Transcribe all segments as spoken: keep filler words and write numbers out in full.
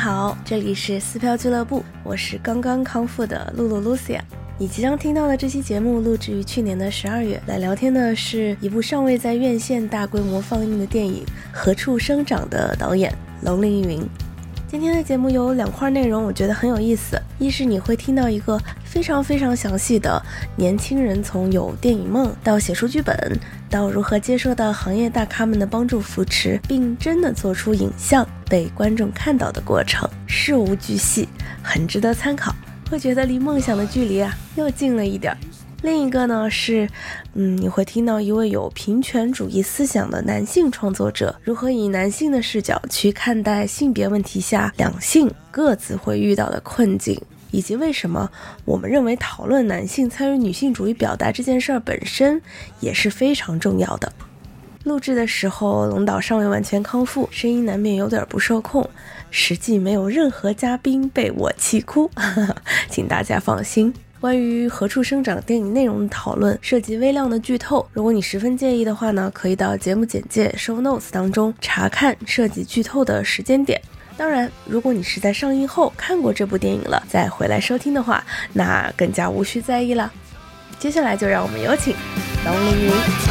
好，这里是撕票俱乐部，我是刚刚康复的露露 Lucia。你即将听到的这期节目录制于去年的十二月，来聊天的是一部尚未在院线大规模放映的电影《何处生长》的导演龙凌云。今天的节目有两块内容，我觉得很有意思。一是你会听到一个非常非常详细的年轻人从有电影梦到写出剧本，到如何接受到行业大咖们的帮助扶持，并真的做出影像被观众看到的过程，事无巨细，很值得参考，会觉得离梦想的距离啊又近了一点。另一个呢是，嗯，你会听到一位有平权主义思想的男性创作者如何以男性的视角去看待性别问题下两性各自会遇到的困境，以及为什么我们认为讨论男性参与女性主义表达这件事儿本身也是非常重要的。录制的时候龙导尚未完全康复，声音难免有点不受控，实际没有任何嘉宾被我气哭请大家放心。关于何处生长电影内容的讨论涉及微量的剧透，如果你十分介意的话呢，可以到节目简介 show notes 当中查看涉及剧透的时间点。当然如果你是在上映后看过这部电影了再回来收听的话，那更加无需在意了。接下来就让我们有请龙凌云。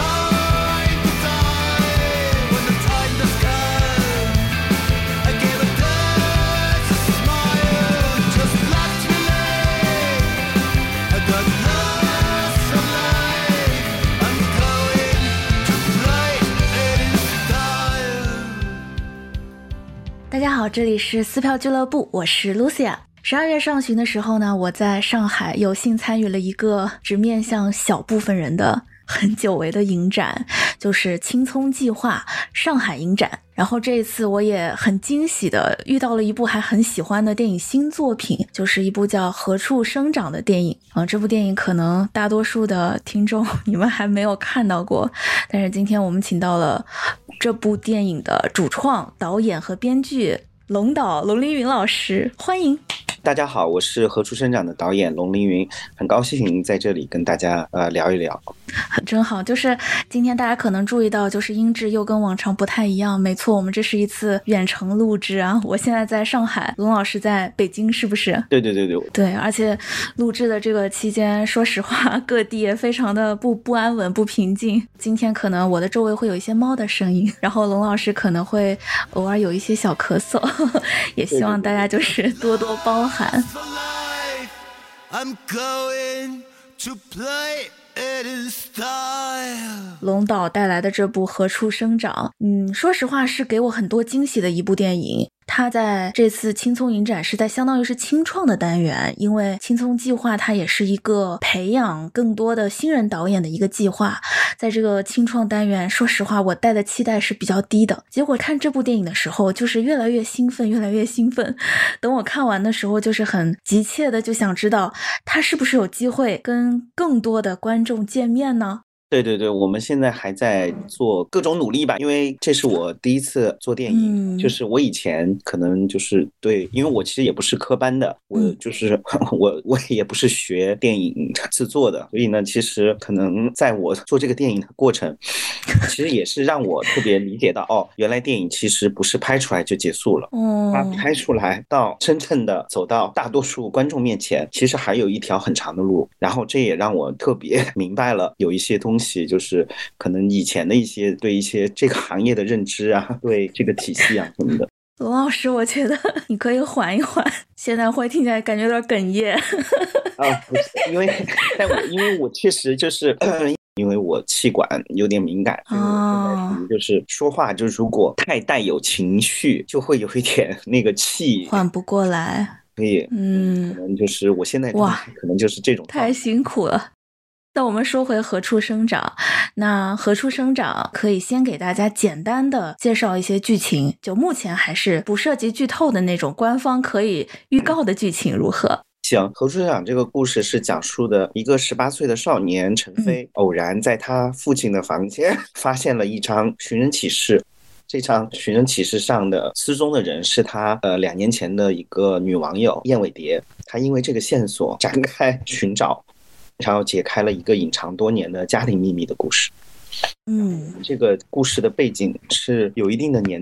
大家好，这里是撕票俱乐部，我是 Lucia。十二月上旬的时候呢，我在上海有幸参与了一个只面向小部分人的很久违的影展，就是青葱计划上海影展。然后这一次我也很惊喜的遇到了一部还很喜欢的电影新作品，就是一部叫《何处生长》的电影。啊、呃，这部电影可能大多数的听众你们还没有看到过，但是今天我们请到了这部电影的主创、导演和编剧龙导龙凌云老师，欢迎。 大家好，我是何处生长的导演龙凌云，很高兴在这里跟大家呃聊一聊。 真好，就是今天大家可能注意到，就是音质又跟往常不太一样。没错，我们这是一次远程录制啊，我现在在上海，龙老师在北京，是不是？ 对对对对对，而且录制的这个期间，说实话，各地也非常的不不安稳、不平静。今天可能我的周围会有一些猫的声音，然后龙老师可能会偶尔有一些小咳嗽，也希望大家就是多多包涵。I'm going to play it in style。 龙导带来的这部《何处生长》，嗯，说实话是给我很多惊喜的一部电影。他在这次青葱影展是在相当于是青创的单元，因为青葱计划它也是一个培养更多的新人导演的一个计划。在这个青创单元，说实话我带的期待是比较低的，结果看这部电影的时候就是越来越兴奋越来越兴奋。等我看完的时候就是很急切的就想知道他是不是有机会跟更多的观众见面呢？ 对对对，我们现在还在做各种努力吧，因为这是我第一次做电影、嗯、就是我以前可能就是对，因为我其实也不是科班的，我就是、嗯、我我也不是学电影制作的，所以呢其实可能在我做这个电影的过程其实也是让我特别理解到哦，原来电影其实不是拍出来就结束了，它拍出来到真正的走到大多数观众面前其实还有一条很长的路，然后这也让我特别明白了有一些东西就是可能以前的一些对一些这个行业的认知啊，对这个体系啊什么的。 龙老师，我觉得你可以缓一缓，现在会听起来感觉有点哽咽。 啊，不是，因为但我因为我确实就是。因为我气管有点敏感，所以我现在就是说话，就是如果太带有情绪，就会有一点那个气缓不过来。 所以， 嗯， 可能就是我现在哇，可能就是这种。 太辛苦了。那我们说回何处生长，那何处生长可以先给大家简单的介绍一些剧情，就目前还是不涉及剧透的那种官方可以预告的剧情如何？ 行，何处生长这个故事是讲述的一个十八岁的少年陈飞、嗯、偶然在他父亲的房间发现了一张寻人启事，这张寻人启事上的失踪的人是他呃两年前的一个女网友燕尾蝶，他因为这个线索展开寻找，然后解开了一个隐藏多年的家庭秘密的故事。 嗯， 这个故事的背景是有一定的年代，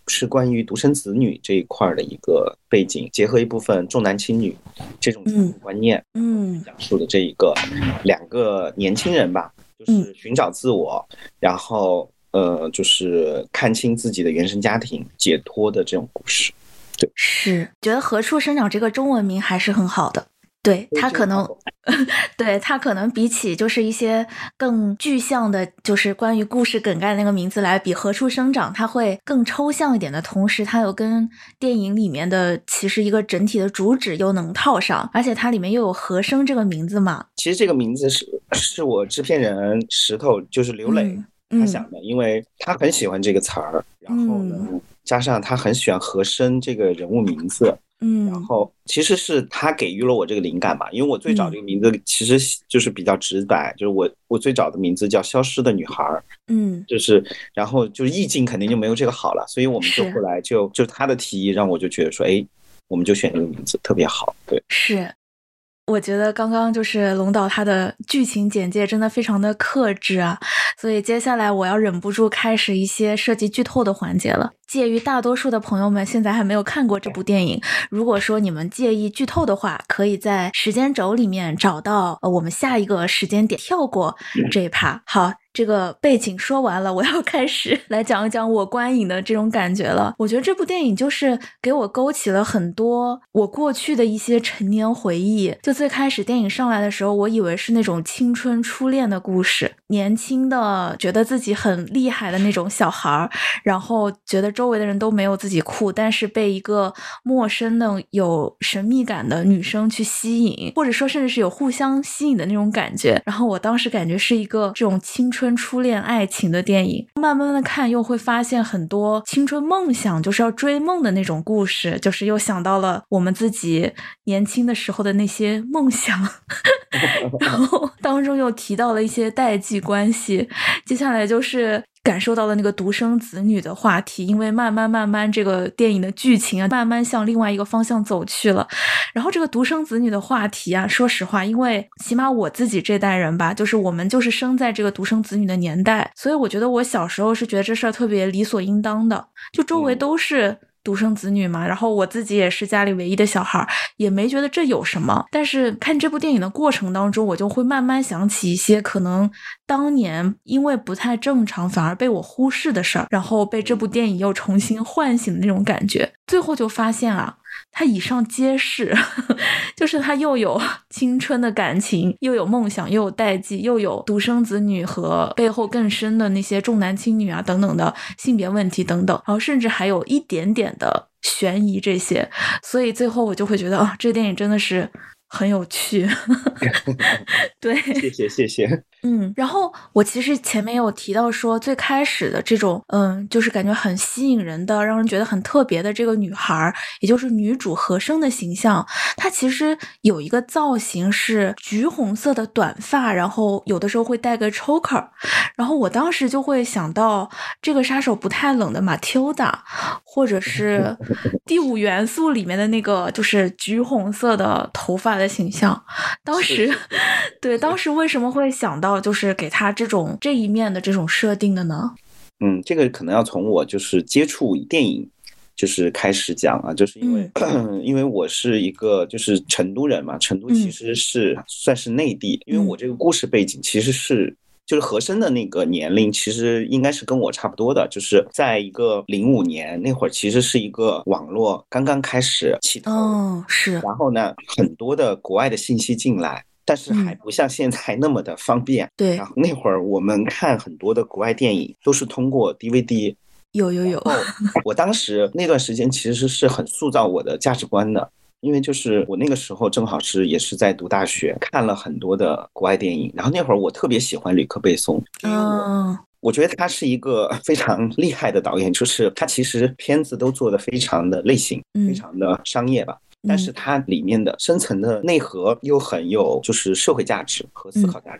是关于独生子女这一块的一个背景，结合一部分重男轻女这种传统观念，嗯，讲述的这一个两个年轻人吧，就是寻找自我，然后呃，就是看清自己的原生家庭，解脱的这种故事。对， 是觉得何处生长这个中文名还是很好的。对，他可能对他可能比起就是一些更具象的就是关于故事梗概的那个名字来比，何处生长它会更抽象一点的同时，它有跟电影里面的其实一个整体的主旨又能套上，而且它里面又有何生这个名字嘛。 其实这个名字是是我制片人石头就是刘磊、嗯、他想的，因为他很喜欢这个词儿，然后呢、嗯、加上他很喜欢何生这个人物名字，嗯，然后其实是他给予了我这个灵感吧，因为我最早这个名字其实就是比较直白，嗯、就是我我最早的名字叫消失的女孩，嗯，就是然后就是意境肯定就没有这个好了，所以我们就后来就就他的提议让我就觉得说，哎，我们就选这个名字特别好，对， 是。我觉得刚刚就是龙导他的剧情简介真的非常的克制啊，所以接下来我要忍不住开始一些涉及剧透的环节了。介于大多数的朋友们现在还没有看过这部电影，如果说你们介意剧透的话，可以在时间轴里面找到呃我们下一个时间点，跳过这一趴。好，这个背景说完了，我要开始来讲一讲我观影的这种感觉了。我觉得这部电影就是给我勾起了很多我过去的一些陈年回忆。就最开始电影上来的时候，我以为是那种青春初恋的故事，年轻的觉得自己很厉害的那种小孩，然后觉得周围的人都没有自己酷，但是被一个陌生的有神秘感的女生去吸引，或者说甚至是有互相吸引的那种感觉。然后我当时感觉是一个这种青春初恋爱情的电影，慢慢的看又会发现很多青春梦想就是要追梦的那种故事，就是又想到了我们自己年轻的时候的那些梦想然后当中又提到了一些代际关系，接下来就是感受到了那个独生子女的话题，因为慢慢慢慢这个电影的剧情啊慢慢向另外一个方向走去了。然后这个独生子女的话题啊，说实话，因为起码我自己这代人吧，就是我们就是生在这个独生子女的年代，所以我觉得我小时候是觉得这事儿特别理所应当的，就周围都是独生子女嘛，然后我自己也是家里唯一的小孩，也没觉得这有什么。但是看这部电影的过程当中，我就会慢慢想起一些可能当年因为不太正常反而被我忽视的事儿，然后被这部电影又重新唤醒的那种感觉。最后就发现啊，它以上皆是就是它又有青春的感情，又有梦想，又有代际，又有独生子女和背后更深的那些重男轻女啊等等的性别问题等等，然后甚至还有一点点的悬疑这些。所以最后我就会觉得啊，这电影真的是很有趣对， 谢谢谢谢。 嗯，然后我其实前面有提到说，最开始的这种嗯，就是感觉很吸引人的，让人觉得很特别的这个女孩，也就是女主何生的形象，她其实有一个造型是橘红色的短发，然后有的时候会戴个 choker， 然后我当时就会想到这个杀手不太冷的马tilda，或者是第五元素里面的那个就是橘红色的头发的形象。当时对，当时为什么会想到就是给他这种这一面的这种设定的呢？ 嗯，这个可能要从我就是接触电影就是开始讲啊，就是因为、嗯、因为我是一个就是成都人嘛，成都其实是、嗯、算是内地，因为我这个故事背景其实是就是和珅的那个年龄其实应该是跟我差不多的，就是在一个零五年那会儿，其实是一个网络刚刚开始起头， 哦，是， 然后呢很多的国外的信息进来，但是还不像现在那么的方便。 嗯、对， 然后那会儿我们看很多的国外电影都是通过 D V D。 有有有。 我当时那段时间其实是很塑造我的价值观的，因为就是我那个时候正好是也是在读大学，看了很多的国外电影，然后那会儿我特别喜欢吕克贝松，因为我、oh. 我觉得他是一个非常厉害的导演，就是他其实片子都做得非常的类型、嗯、非常的商业吧，但是它里面的深层的内核又很有就是社会价值和思考价值、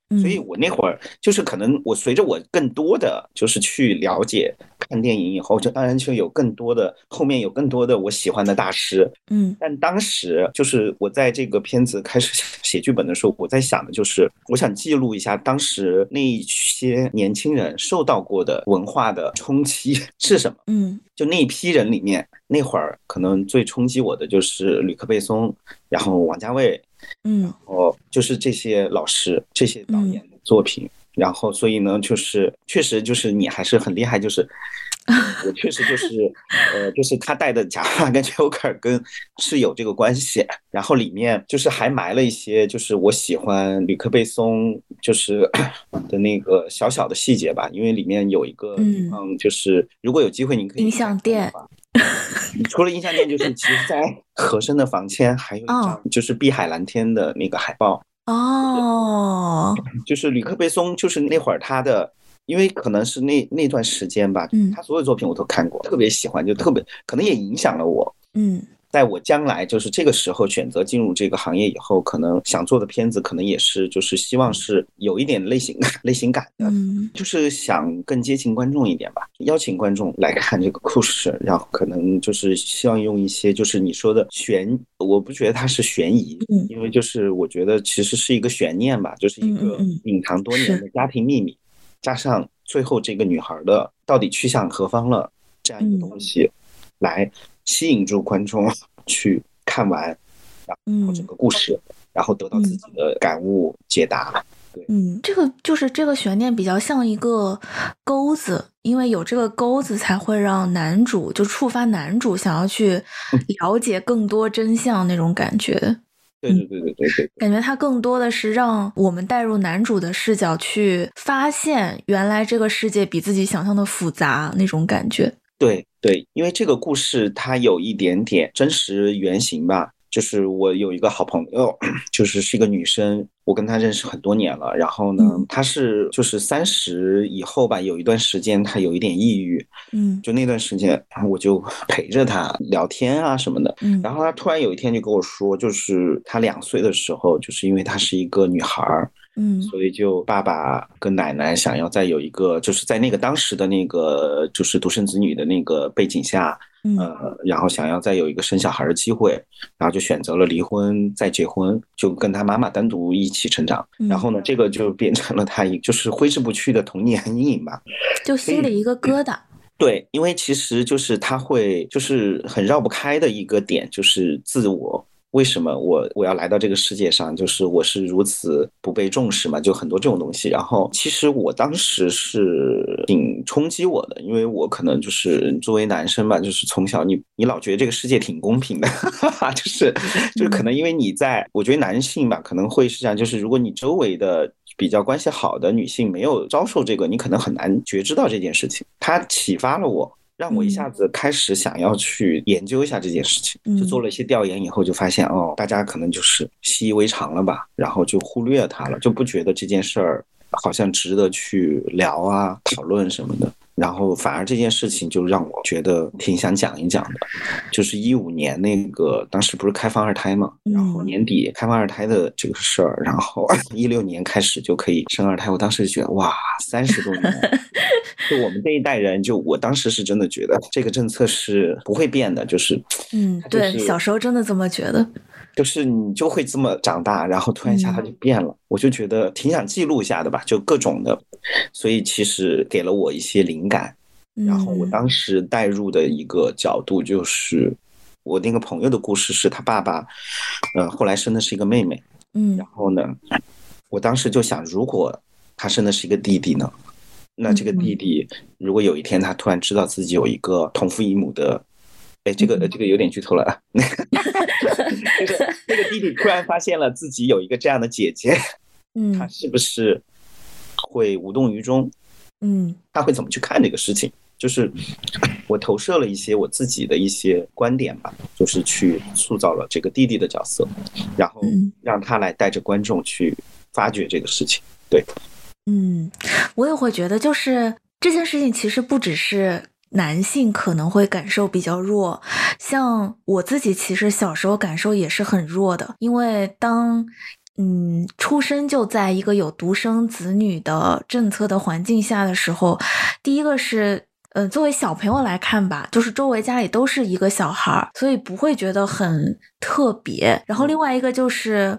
所以我那会儿就是可能我随着我更多的就是去了解看电影以后，就当然就有更多的后面有更多的我喜欢的大师， 嗯， 但当时就是我在这个片子开始写剧本的时候，我在想的就是我想记录一下当时那一些年轻人受到过的文化的冲击是什么。 嗯， 就那一批人里面，那会儿可能最冲击我的就是吕克贝松，然后王家卫。 嗯， 然后就是这些老师、这些导演的作品，嗯、然后所以呢，就是确实就是你还是很厉害，就是我确实就是呃，就是他戴的假发跟丘克尔跟是有这个关系，然后里面就是还埋了一些就是我喜欢吕克贝松就是的那个小小的细节吧，因为里面有一个地方就是、嗯、如果有机会你可以音像店。 除了音像店，就是其实在和珅的房间还有一张就是碧海蓝天的那个海报哦， 就是吕克贝松，就是那会儿他的，因为可能是那那段时间吧， 嗯， 他所有作品我都看过，特别喜欢，就特别可能也影响了我， 嗯。 在我将来就是这个时候选择进入这个行业以后，可能想做的片子可能也是就是希望是有一点类型类型感的， 嗯， 就是想更接近观众一点吧，邀请观众来看这个故事，然后可能就是希望用一些就是你说的悬，我不觉得它是悬疑， 嗯， 因为就是我觉得其实是一个悬念吧，就是一个隐藏多年的家庭秘密，嗯嗯嗯加上最后这个女孩的到底去向何方了这样一个东西，来吸引住观众去看完，然后整个故事，嗯、然后得到自己的感悟、嗯、解答。对， 嗯，这个就是这个悬念比较像一个钩子，因为有这个钩子才会让男主就触发男主想要去了解更多真相那种感觉。 对对对对对对， 感觉它更多的是让我们带入男主的视角去发现，原来这个世界比自己想象的复杂那种感觉。 对对，因为这个故事它有一点点真实原型吧，就是我有一个好朋友，就是是一个女生，我跟她认识很多年了，然后呢，嗯、她是就是三十以后吧，有一段时间她有一点抑郁， 嗯， 就那段时间我就陪着她聊天啊什么的， 嗯， 然后她突然有一天就跟我说，就是她两岁的时候，就是因为她是一个女孩儿。 嗯， 所以就爸爸跟奶奶想要再有一个，就是在那个当时的那个就是独生子女的那个背景下， 嗯、 呃，然后想要再有一个生小孩的机会，然后就选择了离婚再结婚，就跟他妈妈单独一起成长。 嗯、 然后呢，这个就变成了他一就是挥之不去的童年阴影吧， 就心里一个疙瘩。 对，因为其实就是他会就是很绕不开的一个点，就是自我。为什么我我要来到这个世界上？就是我是如此不被重视嘛，就很多这种东西。然后其实我当时是挺冲击我的，因为我可能就是作为男生吧，就是从小你你老觉得这个世界挺公平的，就是就是可能因为你在，我觉得男性吧可能会是这样，就是如果你周围的比较关系好的女性没有遭受这个，你可能很难觉知到这件事情。它启发了我。让我一下子开始想要去研究一下这件事情， 嗯、 就做了一些调研以后，就发现哦，大家可能就是习以为常了吧，然后就忽略它了，就不觉得这件事儿好像值得去聊啊、讨论什么的。然后反而这件事情就让我觉得挺想讲一讲的，就是一五年那个当时不是开放二胎嘛，然后年底开放二胎的这个事儿，然后一六年开始就可以生二胎，我当时就觉得哇，三十多年，就我们这一代人，就我当时是真的觉得这个政策是不会变的，就是嗯，对，小时候真的这么觉得。 就是你就会这么长大，然后突然一下它就变了、嗯、我就觉得挺想记录一下的吧，就各种的，所以其实给了我一些灵感、嗯、然后我当时带入的一个角度就是我那个朋友的故事是他爸爸呃，后来生的是一个妹妹， 嗯， 然后呢我当时就想，如果他生的是一个弟弟呢，那这个弟弟如果有一天他突然知道自己有一个同父异母的，哎，这个这个有点剧透了。这个这个弟弟突然发现了自己有一个这样的姐姐， 嗯， 他是不是会无动于衷？ 嗯， 他会怎么去看这个事情？就是我投射了一些我自己的一些观点吧，就是去塑造了这个弟弟的角色，然后让他来带着观众去发掘这个事情。对， 嗯，我也会觉得，就是这件事情其实不只是男性可能会感受比较弱，像我自己其实小时候感受也是很弱的，因为当嗯，出生就在一个有独生子女的政策的环境下的时候，第一个是呃，作为小朋友来看吧，就是周围家里都是一个小孩，所以不会觉得很特别。然后另外一个就是，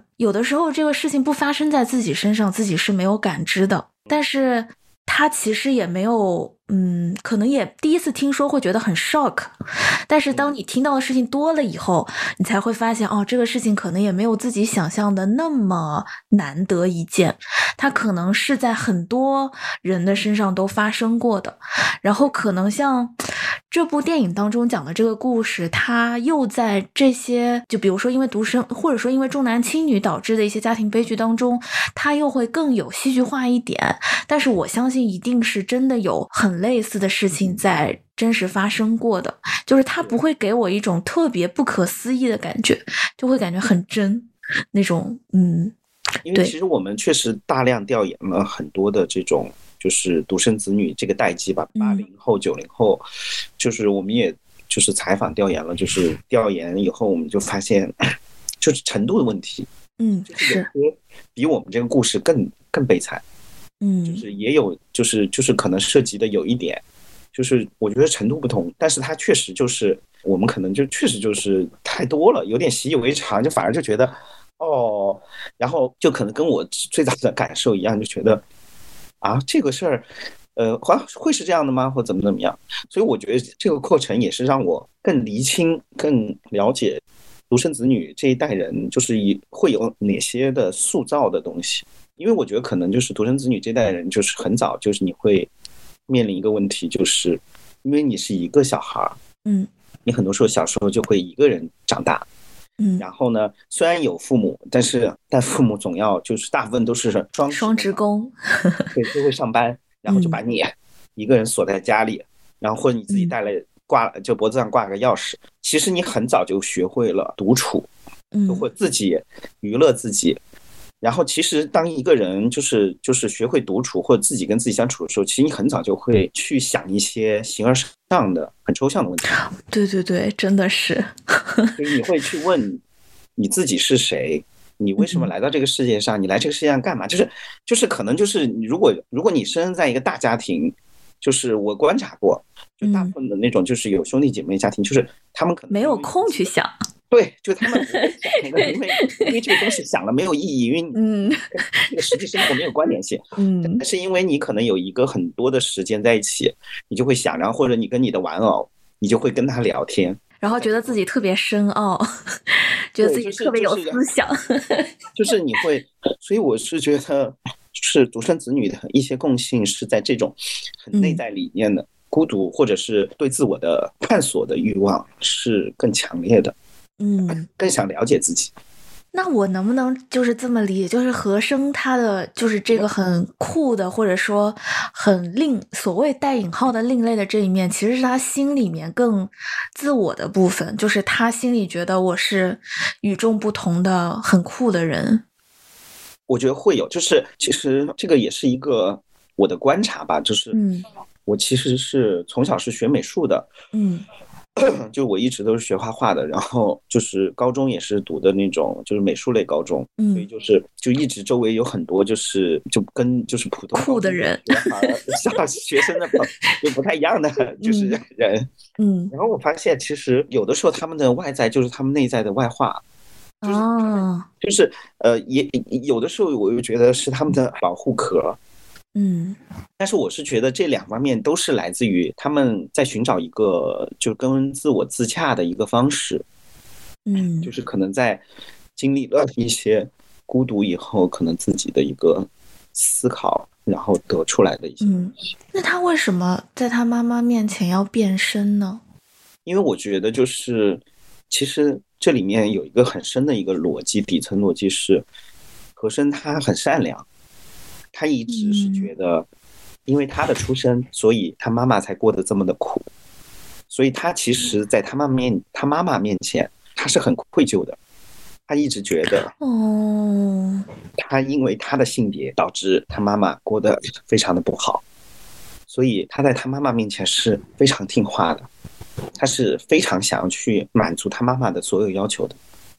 有的时候这个事情不发生在自己身上，自己是没有感知的。但是他其实也没有，嗯，可能也第一次听说会觉得很 shock， 但是当你听到的事情多了以后，你才会发现，哦，这个事情可能也没有自己想象的那么难得一见，它可能是在很多人的身上都发生过的。然后可能像这部电影当中讲的这个故事，它又在这些，就比如说因为独生，或者说因为重男轻女导致的一些家庭悲剧当中，它又会更有戏剧化一点。但是我相信一定是真的有很类似的事情在真实发生过的，就是它不会给我一种特别不可思议的感觉，就会感觉很真那种。嗯， 因为其实我们确实大量调研了很多的这种就是独生子女这个代际吧，八零后九零后，就是我们也就是采访调研了，就是调研以后我们就发现就是程度的问题。 嗯， 是比我们这个故事更更悲惨。 嗯， 就是也有就是就是可能涉及的有一点就是我觉得程度不同，但是它确实就是我们可能就确实就是太多了，有点习以为常，就反而就觉得哦，然后就可能跟我最早的感受一样，就觉得啊这个事儿呃会是这样的吗，或怎么怎么样。所以我觉得这个过程也是让我更厘清更了解独生子女这一代人就是会有哪些的塑造的东西。因为我觉得可能就是独生子女这代人就是很早就是你会面临一个问题，就是因为你是一个小孩， 嗯， 你很多时候小时候就会一个人长大， 嗯， 然后呢虽然有父母，但是但父母总要就是大部分都是双双职工， 对，都会上班，然后就把你一个人锁在家里，然后或者你自己带了挂就脖子上挂个钥匙，其实你很早就学会了独处， 嗯， 或自己娱乐自己。然后其实当一个人就是就是学会独处或者自己跟自己相处的时候，其实你很早就会去想一些形而上的很抽象的问题。 对对对，真的是。 就是你会去问你自己是谁，你为什么来到这个世界上，你来这个世界上干嘛？就是就是可能就是如果如果你生在一个大家庭，就是我观察过，就大部分的那种就是有兄弟姐妹家庭，就是他们可能没有空去想。 对，就他们不会想，因为因为这个东西想了没有意义，因为嗯，这个实际生活没有关联性。嗯，但是因为你可能有一个很多的时间在一起，你就会想，然后或者你跟你的玩偶，你就会跟他聊天， 然后觉得自己特别深奥，觉得自己特别有思想， 就是你会，所以我是觉得，就是独生子女的一些共性是在这种很内在里面的。嗯，孤独或者是对自我的探索的欲望是更强烈的。嗯，更想了解自己。 那我能不能就是这么理解，就是和生他的就是这个很酷的，或者说很另所谓带引号的另类的这一面，其实是他心里面更自我的部分，就是他心里觉得我是与众不同的很酷的人。 我觉得会有，就是其实这个也是一个我的观察吧，就是嗯，我其实是从小是学美术的，嗯。就我一直都是学画画的，然后就是高中也是读的那种就是美术类高中，嗯，所以就是就一直周围有很多就是就跟就是普通酷的人小学生的就不太一样的就是人，嗯，然后我发现其实有的时候他们的外在就是他们内在的外化，就是、哦、就是呃也有的时候我又觉得是他们的保护壳。嗯，但是我是觉得这两方面都是来自于他们在寻找一个就跟自我自洽的一个方式。嗯，就是可能在经历了一些孤独以后，可能自己的一个思考，然后得出来的一些东西。 嗯，那他为什么在他妈妈面前要变身呢？ 因为我觉得就是其实这里面有一个很深的一个逻辑，底层逻辑是和珅他很善良。他一直是觉得因为他的出身，所以他妈妈才过得这么的苦，所以他其实在他妈妈面他妈妈面前他是很愧疚的。他一直觉得哦，他因为他的性别导致他妈妈过得非常的不好，所以他在他妈妈面前是非常听话的，他是非常想要去满足他妈妈的所有要求的。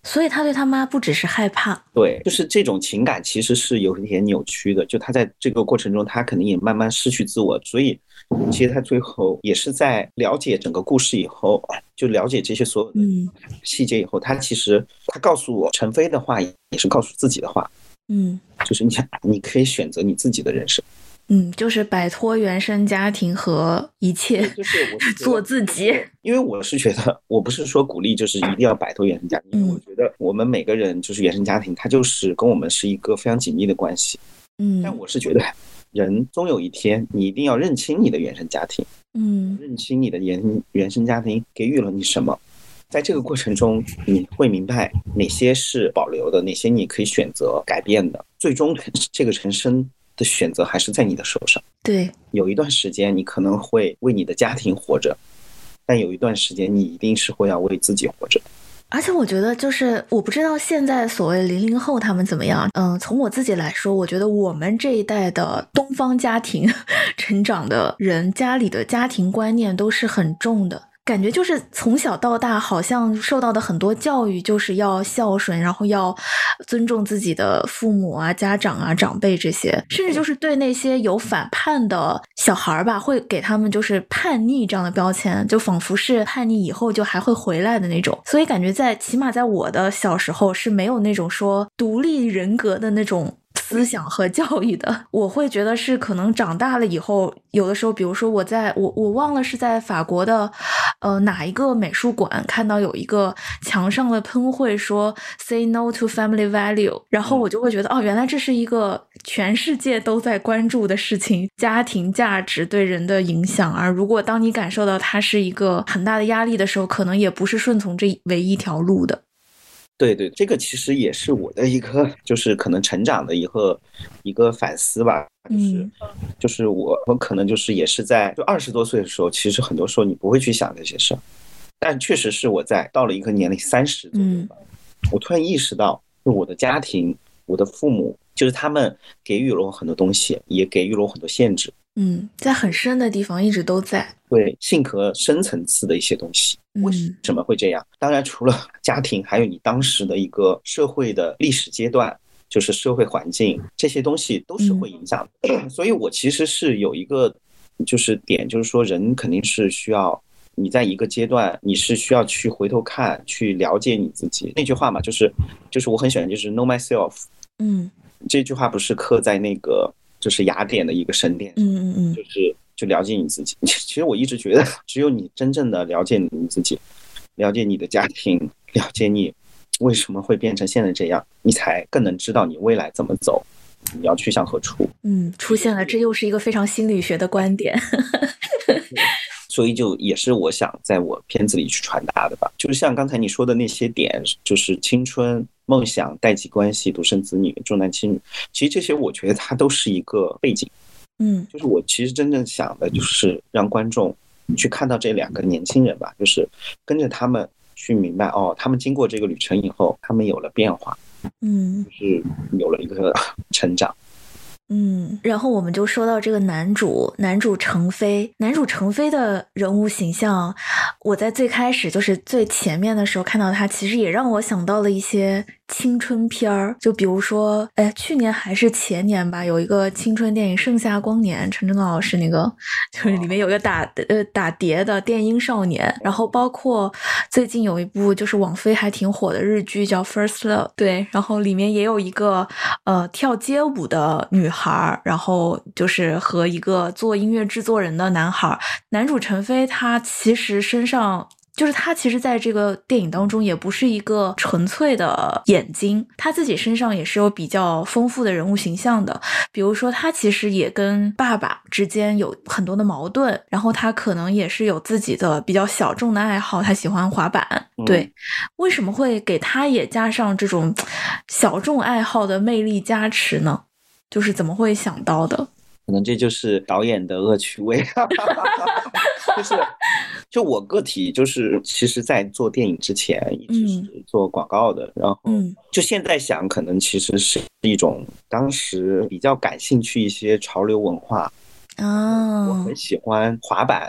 所以他对他妈不只是害怕， 对，就是这种情感其实是有一点扭曲的，就他在这个过程中他肯定也慢慢失去自我，所以其实他最后也是在了解整个故事以后，就了解这些所有的细节以后，他其实他告诉我陈飞的话也是告诉自己的话， 嗯， 就是你你可以选择你自己的人生， 嗯，就是摆脱原生家庭和一切， 就是我做自己。 因为我是觉得，我不是说鼓励就是一定要摆脱原生家庭，因为我觉得我们每个人就是原生家庭，它就是跟我们是一个非常紧密的关系。 嗯， 但我是觉得，人终有一天你一定要认清你的原生家庭， 嗯， 认清你的原原生家庭给予了你什么。在这个过程中，你会明白哪些是保留的，哪些你可以选择改变的。最终，这个人生的选择还是在你的手上。 对， 有一段时间你可能会为你的家庭活着，但有一段时间你一定是会要为自己活着。 而且我觉得就是我不知道现在所谓零零后他们怎么样，嗯，从我自己来说，我觉得我们这一代的东方家庭成长的人，家里的家庭观念都是很重的。感觉就是从小到大好像受到的很多教育就是要孝顺，然后要尊重自己的父母啊、家长啊、长辈这些，甚至就是对那些有反叛的小孩吧，会给他们就是叛逆这样的标签，就仿佛是叛逆以后就还会回来的那种。所以感觉在起码在我的小时候是没有那种说独立人格的那种思想和教育的。我会觉得是可能长大了以后，有的时候比如说我在我我忘了是在法国的呃哪一个美术馆看到有一个墙上的喷绘说 say no to family value， 然后我就会觉得哦，原来这是一个全世界都在关注的事情，家庭价值对人的影响。而如果当你感受到它是一个很大的压力的时候，可能也不是顺从这唯一条路的。 对对，这个其实也是我的一个，就是可能成长的一个一个反思吧，就是、嗯、就是我我可能就是也是在就二十多岁的时候，其实很多时候你不会去想这些事儿，但确实是我在到了一个年龄三十左右吧、嗯，我突然意识到，就我的家庭，我的父母，就是他们给予了我很多东西，也给予了我很多限制。 嗯，在很深的地方一直都在。 对，性格深层次的一些东西，为什么会这样？嗯、当然，除了家庭，还有你当时的一个社会的历史阶段，就是社会环境，这些东西都是会影响的。嗯、所以我其实是有一个就是点，就是说人肯定是需要你在一个阶段，你是需要去回头看，去了解你自己。那句话嘛，就是就是我很喜欢，就是 know myself。 嗯， 这句话不是刻在那个就是雅典的一个神殿上， 嗯嗯嗯， 就是。就了解你自己，其实我一直觉得，只有你真正的了解你自己，了解你的家庭，了解你为什么会变成现在这样，你才更能知道你未来怎么走，你要去向何处。 嗯，出现了，这又是一个非常心理学的观点。 所以就也是我想在我片子里去传达的吧，就是像刚才你说的那些点，就是青春、梦想、代际关系、独生子女、重男轻女，其实这些我觉得它都是一个背景。 嗯， 就是我其实真正想的就是让观众去看到这两个年轻人吧，就是跟着他们去明白哦，他们经过这个旅程以后，他们有了变化， 嗯， 就是有了一个成长。 嗯，然后我们就说到这个男主，男主程飞，男主程飞的人物形象，我在最开始就是最前面的时候看到他，其实也让我想到了一些青春片儿，就比如说，哎，去年还是前年吧，有一个青春电影《盛夏光年》，陈正道老师那个，就是里面有一个打呃打碟的电音少年，然后包括最近有一部就是网飞还挺火的日剧叫《First Love》，对，然后里面也有一个呃跳街舞的女孩。然后就是和一个做音乐制作人的男孩，男主陈飞，他其实身上就是他其实在这个电影当中也不是一个纯粹的眼睛，他自己身上也是有比较丰富的人物形象的。比如说他其实也跟爸爸之间有很多的矛盾，然后他可能也是有自己的比较小众的爱好，他喜欢滑板。对、嗯、为什么会给他也加上这种小众爱好的魅力加持呢？就是怎么会想到的？ 可能这就是导演的恶趣味。就是就我个体就是其实在做电影之前一直是做广告的、嗯、然后就现在想可能其实是一种当时比较感兴趣一些潮流文化、 哦、 我很喜欢滑板，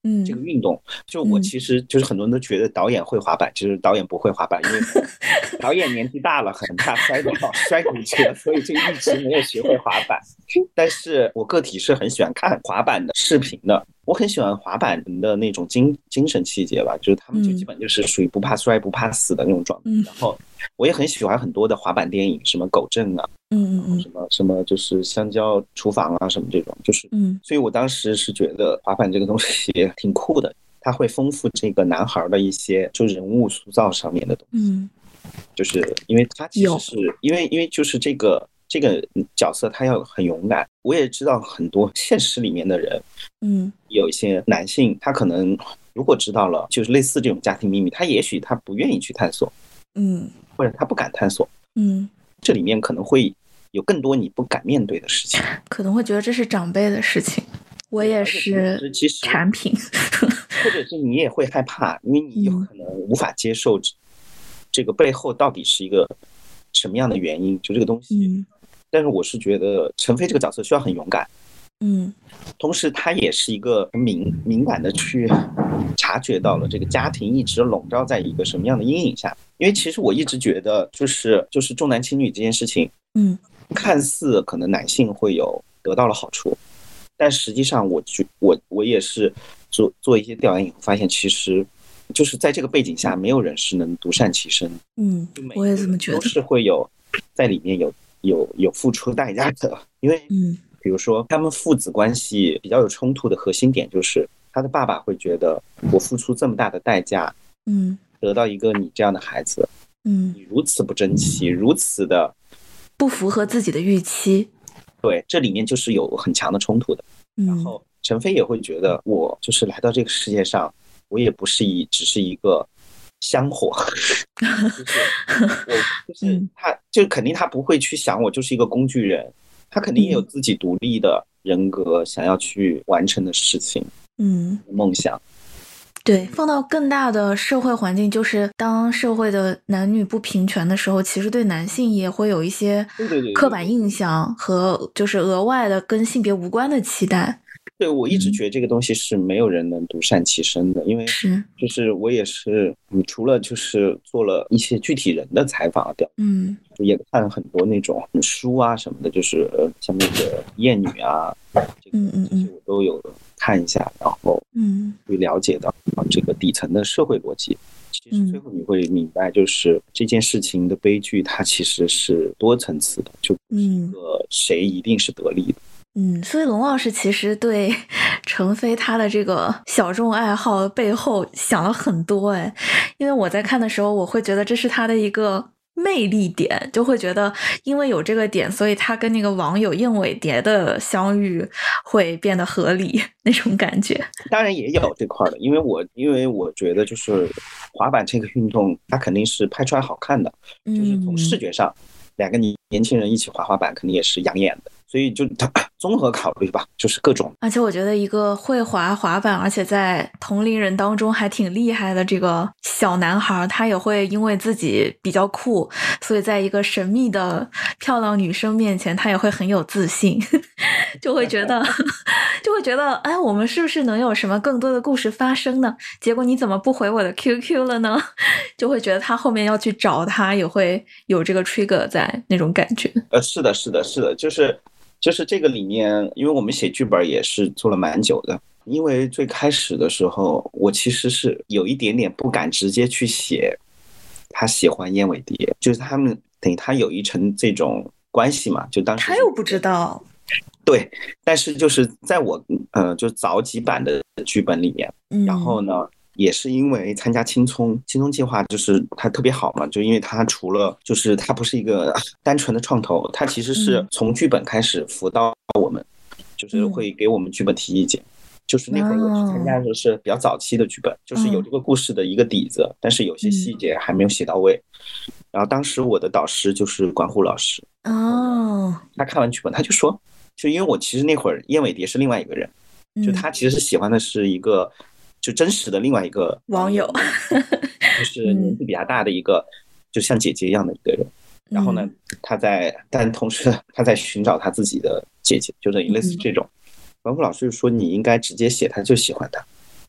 嗯， 这个运动，就我其实就是很多人都觉得导演会滑板，其实导演不会滑板，因为导演年纪大了，很怕摔倒摔骨折，所以就一直没有学会滑板。但是我个体是很喜欢看滑板的视频的，我很喜欢滑板的那种精精神气节吧，就是他们就基本就是属于不怕摔不怕死的那种状态。嗯、然后我也很喜欢很多的滑板电影，什么狗镇啊， 嗯嗯， 什么什么就是香蕉厨房啊什么这种，就是嗯， 所以我当时是觉得滑板这个东西挺酷的，它会丰富这个男孩的一些就人物塑造上面的东西。 嗯， 就是因为他其实是因为因为就是这个这个角色他要很勇敢，我也知道很多现实里面的人， 嗯， 有一些男性他可能如果知道了就是类似这种家庭秘密，他也许他不愿意去探索， 嗯，或者他不敢探索， 嗯， 这里面可能会有更多你不敢面对的事情， 可能会觉得这是长辈的事情，我也是产品， 或者是你也会害怕，因为你有可能无法接受这个背后到底是一个什么样的原因，就这个东西。 嗯， 但是我是觉得陈飞这个角色需要很勇敢， 嗯， 同时他也是一个敏敏感的去察觉到了这个家庭一直笼罩在一个什么样的阴影下。因为其实我一直觉得就是就是重男轻女这件事情， 嗯， 看似可能男性会有得到了好处，但实际上我我我也是做做一些调研以后发现，其实就是在这个背景下，没有人是能独善其身。 嗯，我也这么觉得， 都是会有在里面有有有付出代价的。因为， 嗯， 比如说他们父子关系比较有冲突的核心点，就是他的爸爸会觉得我付出这么大的代价， 嗯， 得到一个你这样的孩子， 嗯， 你如此不争气，如此的不符合自己的预期。 对，这里面就是有很强的冲突的。 嗯、 然后陈飞也会觉得，我就是来到这个世界上，我也不是一只是一个香火，就是我就是他，就肯定他不会去想我就是一个工具人，他肯定也有自己独立的人格，想要去完成的事情， 嗯， 梦想。 对，放到更大的社会环境，就是当社会的男女不平权的时候，其实对男性也会有一些刻板印象和就是额外的跟性别无关的期待。 对，我一直觉得这个东西是没有人能独善其身的，因为是就是我也是，你除了就是做了一些具体人的采访啊， 嗯， 也看了很多那种书啊什么的，就是呃像那个厌女啊， 嗯嗯嗯， 我都有看一下，然后嗯， 会了解到这个底层的社会逻辑。其实最后你会明白，就是这件事情的悲剧，它其实是多层次的，就不是一个谁一定是得利的。 嗯，所以龙老师其实对陈飞他的这个小众爱好背后想了很多哎，因为我在看的时候，我会觉得这是他的一个魅力点，就会觉得因为有这个点，所以他跟那个网友燕尾蝶的相遇会变得合理那种感觉。 当然也有这块的，因为我因为我觉得就是滑板这个运动，它肯定是拍出来好看的， 嗯、 就是从视觉上，两个年轻人一起滑滑板肯定也是养眼的。所以就综合考虑吧，就是各种。 而且我觉得一个会滑滑板，而且在同龄人当中还挺厉害的这个小男孩，他也会因为自己比较酷，所以在一个神秘的漂亮女生面前，他也会很有自信，就会觉得就会觉得，哎，我们是不是能有什么更多的故事发生呢？结果你怎么不回我的 Q Q 了呢？就会觉得他后面要去找他，也会有这个 trigger 在那种感觉。 呃，是的，是的，是的，就是。就是这个里面，因为我们写剧本也是做了蛮久的，因为最开始的时候，我其实是有一点点不敢直接去写他喜欢燕尾蝶，就是他们等于他有一层这种关系嘛，就当时他又不知道。 对，但是就是在我呃就早几版的剧本里面， 嗯、 然后呢。也是因为参加青葱青葱计划，就是它特别好嘛，就因为它除了就是它不是一个单纯的创投，它其实是从剧本开始辅导我们，嗯、就是会给我们剧本提意见。嗯、就是那会儿我去参加的是比较早期的剧本，哦、就是有这个故事的一个底子，嗯、但是有些细节还没有写到位。嗯、然后当时我的导师就是管虎老师， 哦， 他看完剧本他就说，就因为我其实那会儿燕尾蝶是另外一个人，嗯、就他其实喜欢的是一个。就真实的另外一个网友， 就是年纪比较大的一个，嗯、就像姐姐一样的一个人。然后呢，他在，但同时他在寻找他自己的姐姐，就等于类似这种。管虎老师就说：“你应该直接写，他就喜欢他。”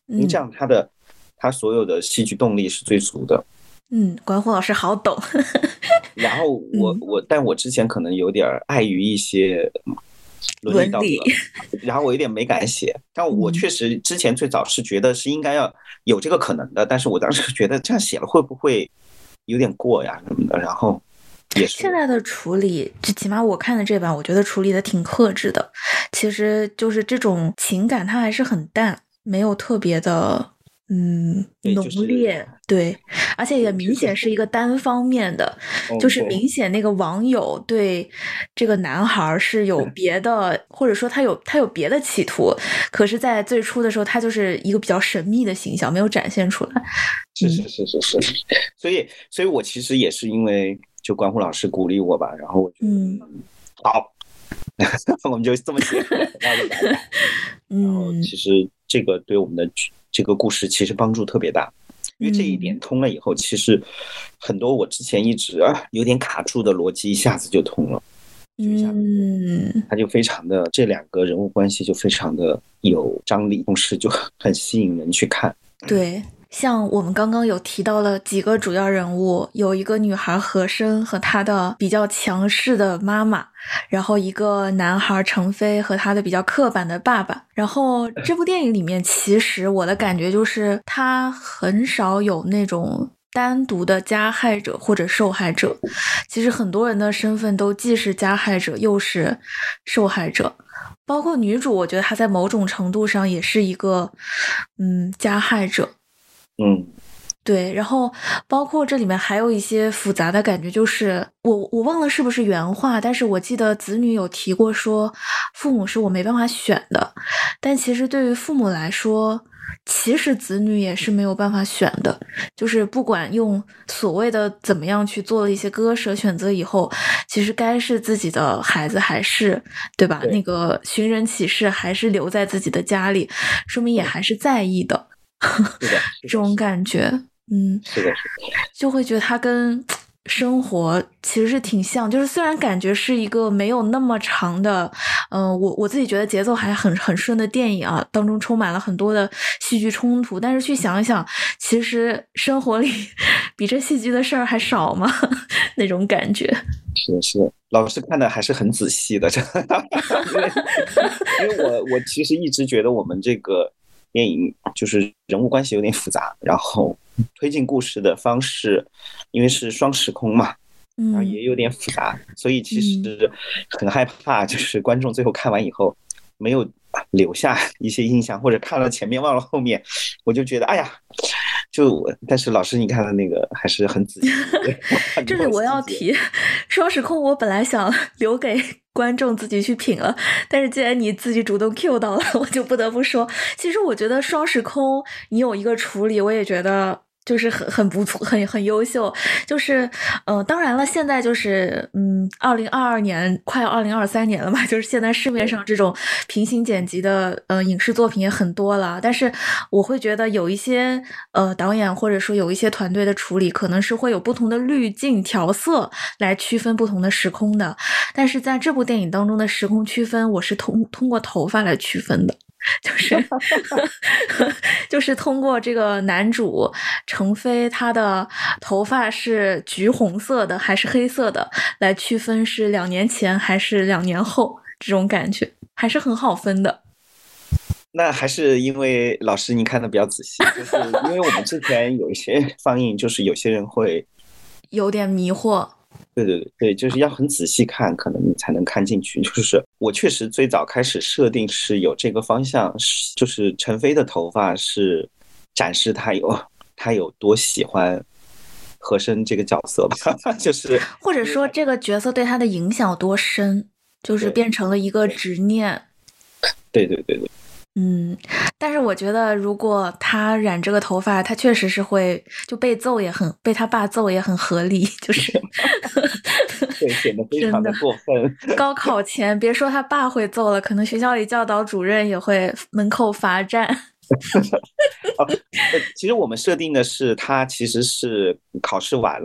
因为这样他的他所有的戏剧动力是最足的。 嗯，关虎老师好懂。 然后我、嗯、我，但我之前可能有点碍于一些伦理道德，然后我有点没敢写。但我确实之前最早是觉得是应该要有这个可能的，但是我当时觉得这样写了会不会有点过呀什么的。然后也是现在的处理，就起码我看的这版，我觉得处理的挺克制的。其实就是这种情感，它还是很淡，没有特别的。嗯，浓烈，对，而且也明显是一个单方面的，就是明显那个网友对这个男孩是有别的，或者说他有他有别的企图，可是在最初的时候他就是一个比较神秘的形象，没有展现出来。 是是是是是，所以所以我其实也是因为就关虎老师鼓励我吧，然后我就嗯好，我们就这么写，然后就来，然后其实这个对我们的这个故事其实帮助特别大，因为这一点通了以后，其实很多我之前一直啊有点卡住的逻辑一下子就通了，就一下子嗯，它就非常的这两个人物关系就非常的有张力，同时就很吸引人去看。 对。像我们刚刚有提到了几个主要人物，有一个女孩和珅和她的比较强势的妈妈，然后一个男孩程飞和他的比较刻板的爸爸。然后这部电影里面其实我的感觉就是他很少有那种单独的加害者或者受害者，其实很多人的身份都既是加害者又是受害者，包括女主，我觉得她在某种程度上也是一个嗯加害者。 嗯， 对，然后包括这里面还有一些复杂的感觉，就是我我忘了是不是原话，但是我记得子女有提过说父母是我没办法选的，但其实对于父母来说，其实子女也是没有办法选的，就是不管用所谓的怎么样去做了一些割舍选择以后，其实该是自己的孩子还是对吧？ 对那个寻人启事还是留在自己的家里，说明也还是在意的。 是的， 这种感觉，嗯， 是的，是的， 就会觉得它跟生活其实是挺像，就是虽然感觉是一个没有那么长的，嗯、呃，我我自己觉得节奏还很很顺的电影啊，当中充满了很多的戏剧冲突，但是去想一想，其实生活里比这戏剧的事儿还少吗？那种感觉。 是的，是的，老师看的还是很仔细的，因为因为我我其实一直觉得我们这个电影就是人物关系有点复杂，然后推进故事的方式，因为是双时空嘛，然后也有点复杂，嗯、所以其实很害怕，就是观众最后看完以后没有留下一些印象，或者看了前面忘了后面，我就觉得哎呀，就但是老师你看的那个还是很仔细。 这里我要提双时空，我本来想留给观众自己去品了，但是既然你自己主动 cue 到了，我就不得不说，其实我觉得双时空你有一个处理，我也觉得就是很很不错，很很优秀。就是呃，当然了，现在就是嗯，二零二二年快要二零二三年了嘛，就是现在市面上这种平行剪辑的呃影视作品也很多了，但是我会觉得有一些呃导演或者说有一些团队的处理，可能是会有不同的滤镜调色来区分不同的时空的。但是在这部电影当中的时空区分，我是通通过头发来区分的。就是就是通过这个男主程飞他的头发是橘红色的还是黑色的来区分是两年前还是两年后，这种感觉还是很好分的。 那还是因为老师你看的比较仔细，就是因为我们之前有一些放映，就是有些人会有点迷惑。 对对对对，就是要很仔细看，可能你才能看进去。就是我确实最早开始设定是有这个方向，就是陈飞的头发是展示他有他有多喜欢和珅这个角色吧，就是或者说这个角色对他的影响有多深，就是变成了一个执念。 对对对对。 嗯，但是我觉得如果他染这个头发，他确实是会就被揍也很被他爸揍也很合理，就是对，显得非常的过分。 高考前别说他爸会揍了，可能学校里教导主任也会门口罚站。 哦，其实我们设定的是他其实是考试完了，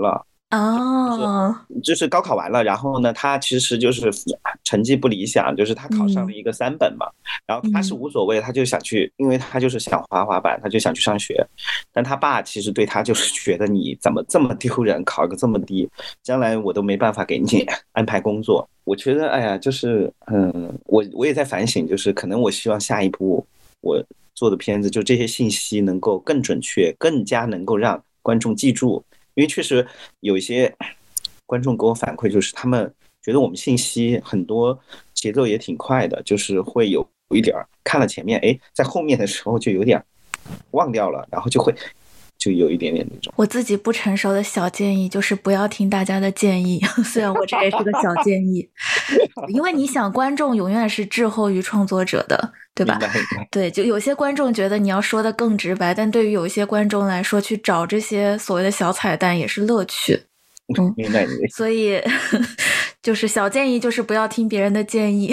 哦， 就是就是高考完了，然后呢，他其实就是成绩不理想，就是他考上了一个三本嘛，嗯、然后他是无所谓，他就想去，因为他就是想滑滑板，他就想去上学，但他爸其实对他就是觉得你怎么这么丢人，考个这么低，将来我都没办法给你安排工作。我觉得，哎呀，就是嗯，我我也在反省，就是可能我希望下一步我做的片子，就这些信息能够更准确，更加能够让观众记住。因为确实有一些观众给我反馈，就是他们觉得我们信息很多节奏也挺快的，就是会有一点看了前面，哎，在后面的时候就有点忘掉了，然后就会就有一点点那种。 我自己不成熟的小建议就是不要听大家的建议，虽然我这也是个小建议，因为你想，观众永远是滞后于创作者的，对吧？对，就有些观众觉得你要说的更直白，但对于有一些观众来说，去找这些所谓的小彩蛋也是乐趣。 嗯，明白。 所以就是小建议，就是不要听别人的建议。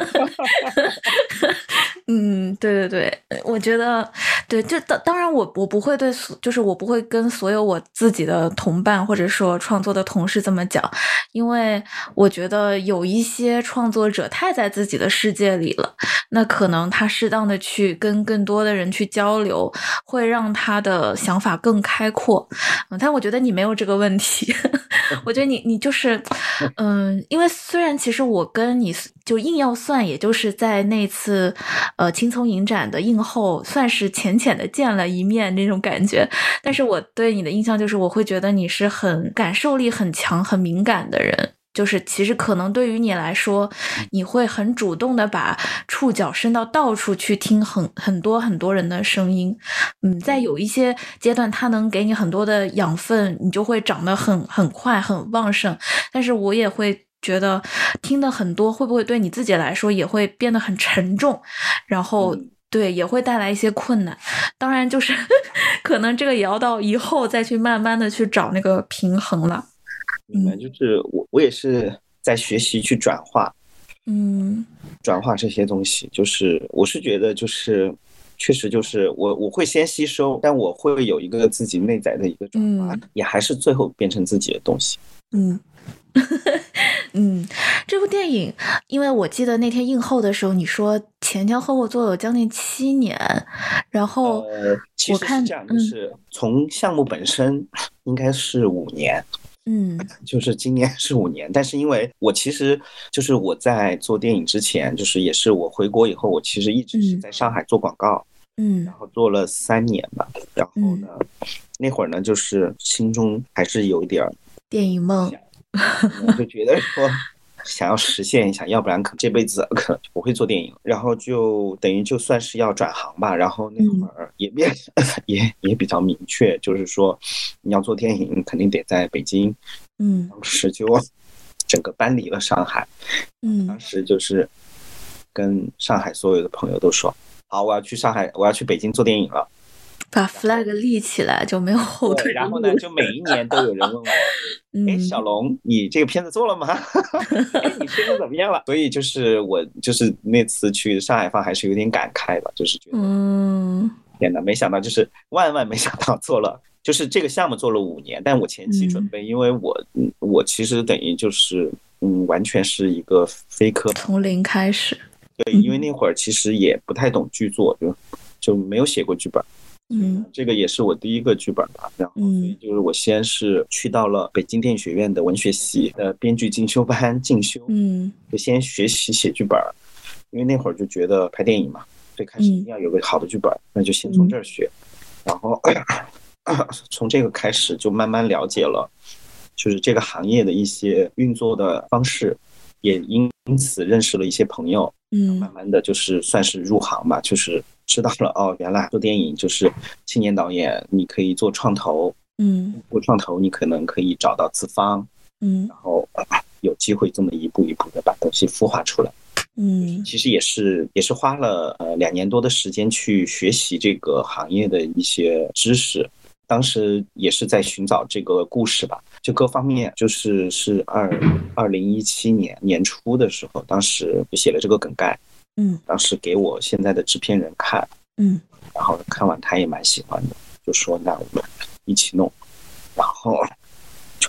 嗯，对对对，我觉得对，就当当然我我不会对，就是我不会跟所有我自己的同伴或者说创作的同事这么讲，因为我觉得有一些创作者太在自己的世界里了，那可能他适当的去跟更多的人去交流，会让他的想法更开阔。嗯，但我觉得你没有这个问题。我觉得你你就是嗯，因为虽然其实我跟你就硬要算，也就是在那次呃青葱影展的映后算是浅浅的见了一面那种感觉，但是我对你的印象就是我会觉得你是很感受力很强很敏感的人，就是其实可能对于你来说，你会很主动的把触角伸到到处去听很很多很多人的声音。嗯，在有一些阶段它能给你很多的养分，你就会长得很很快很旺盛，但是我也会觉得听的很多会不会对你自己来说也会变得很沉重，然后对也会带来一些困难。当然就是可能这个也要到以后再去慢慢的去找那个平衡了。 明白，就是我我也是在学习去转化， 嗯， 转化这些东西，就是我是觉得就是确实就是我我会先吸收，但我会有一个自己内在的一个转化，嗯、也还是最后变成自己的东西。 嗯。嗯，这部电影，因为我记得那天映后的时候，你说前前后后做了有将近七年，然后呃，其实是这样，就是从项目本身应该是五年。 嗯， 就是今年是五年，但是因为我其实就是我在做电影之前，就是也是我回国以后，我其实一直是在上海做广告， 嗯， 然后做了三年吧，然后呢，嗯、那会儿呢，就是心中还是有一点电影梦， 就觉得说想要实现一下，要不然可能这辈子可能就不会做电影，然后就等于就算是要转行吧，然后那会儿也变、嗯、也也比较明确，就是说你要做电影肯定得在北京， 嗯， 当时就整个搬离了上海， 嗯， 当时就是跟上海所有的朋友都说，好，我要去上海，我要去北京做电影了。 把 flag 立起来就没有后退。 然后呢，就每一年都有人问我，哎、嗯，小龙，你这个片子做了吗？哎，你片子怎么样了？所以就是我就是那次去上海放还是有点感慨吧，就是觉得， 嗯， 天哪，没想到就是万万没想到做了，就是这个项目做了五年，但我前期准备，嗯、因为我我其实等于就是嗯，完全是一个非科， 从零开始。 对，因为那会儿其实也不太懂剧作，就就没有写过剧本。 嗯， 这个也是我第一个剧本吧，然后所以就是我先是去到了北京电影学院的文学系的编剧进修班进修， 嗯， 就先学习写剧本，因为那会儿就觉得拍电影嘛，最开始一定要有个好的剧本，嗯、那就先从这儿学，然后从这个开始就慢慢了解了，就是这个行业的一些运作的方式，也因此认识了一些朋友， 嗯， 慢慢的就是算是入行吧，就是知道了哦，原来做电影就是青年导演，你可以做创投， 嗯， 做创投你可能可以找到资方， 嗯， 然后、呃、有机会这么一步一步的把东西孵化出来， 嗯， 其实也是也是花了呃两年多的时间去学习这个行业的一些知识。当时也是在寻找这个故事吧，就各方面，就是是二二零一七年年初的时候，当时就写了这个梗概， 嗯， 当时给我现在的制片人看， 嗯， 然后看完他也蛮喜欢的，就说那我们一起弄，然后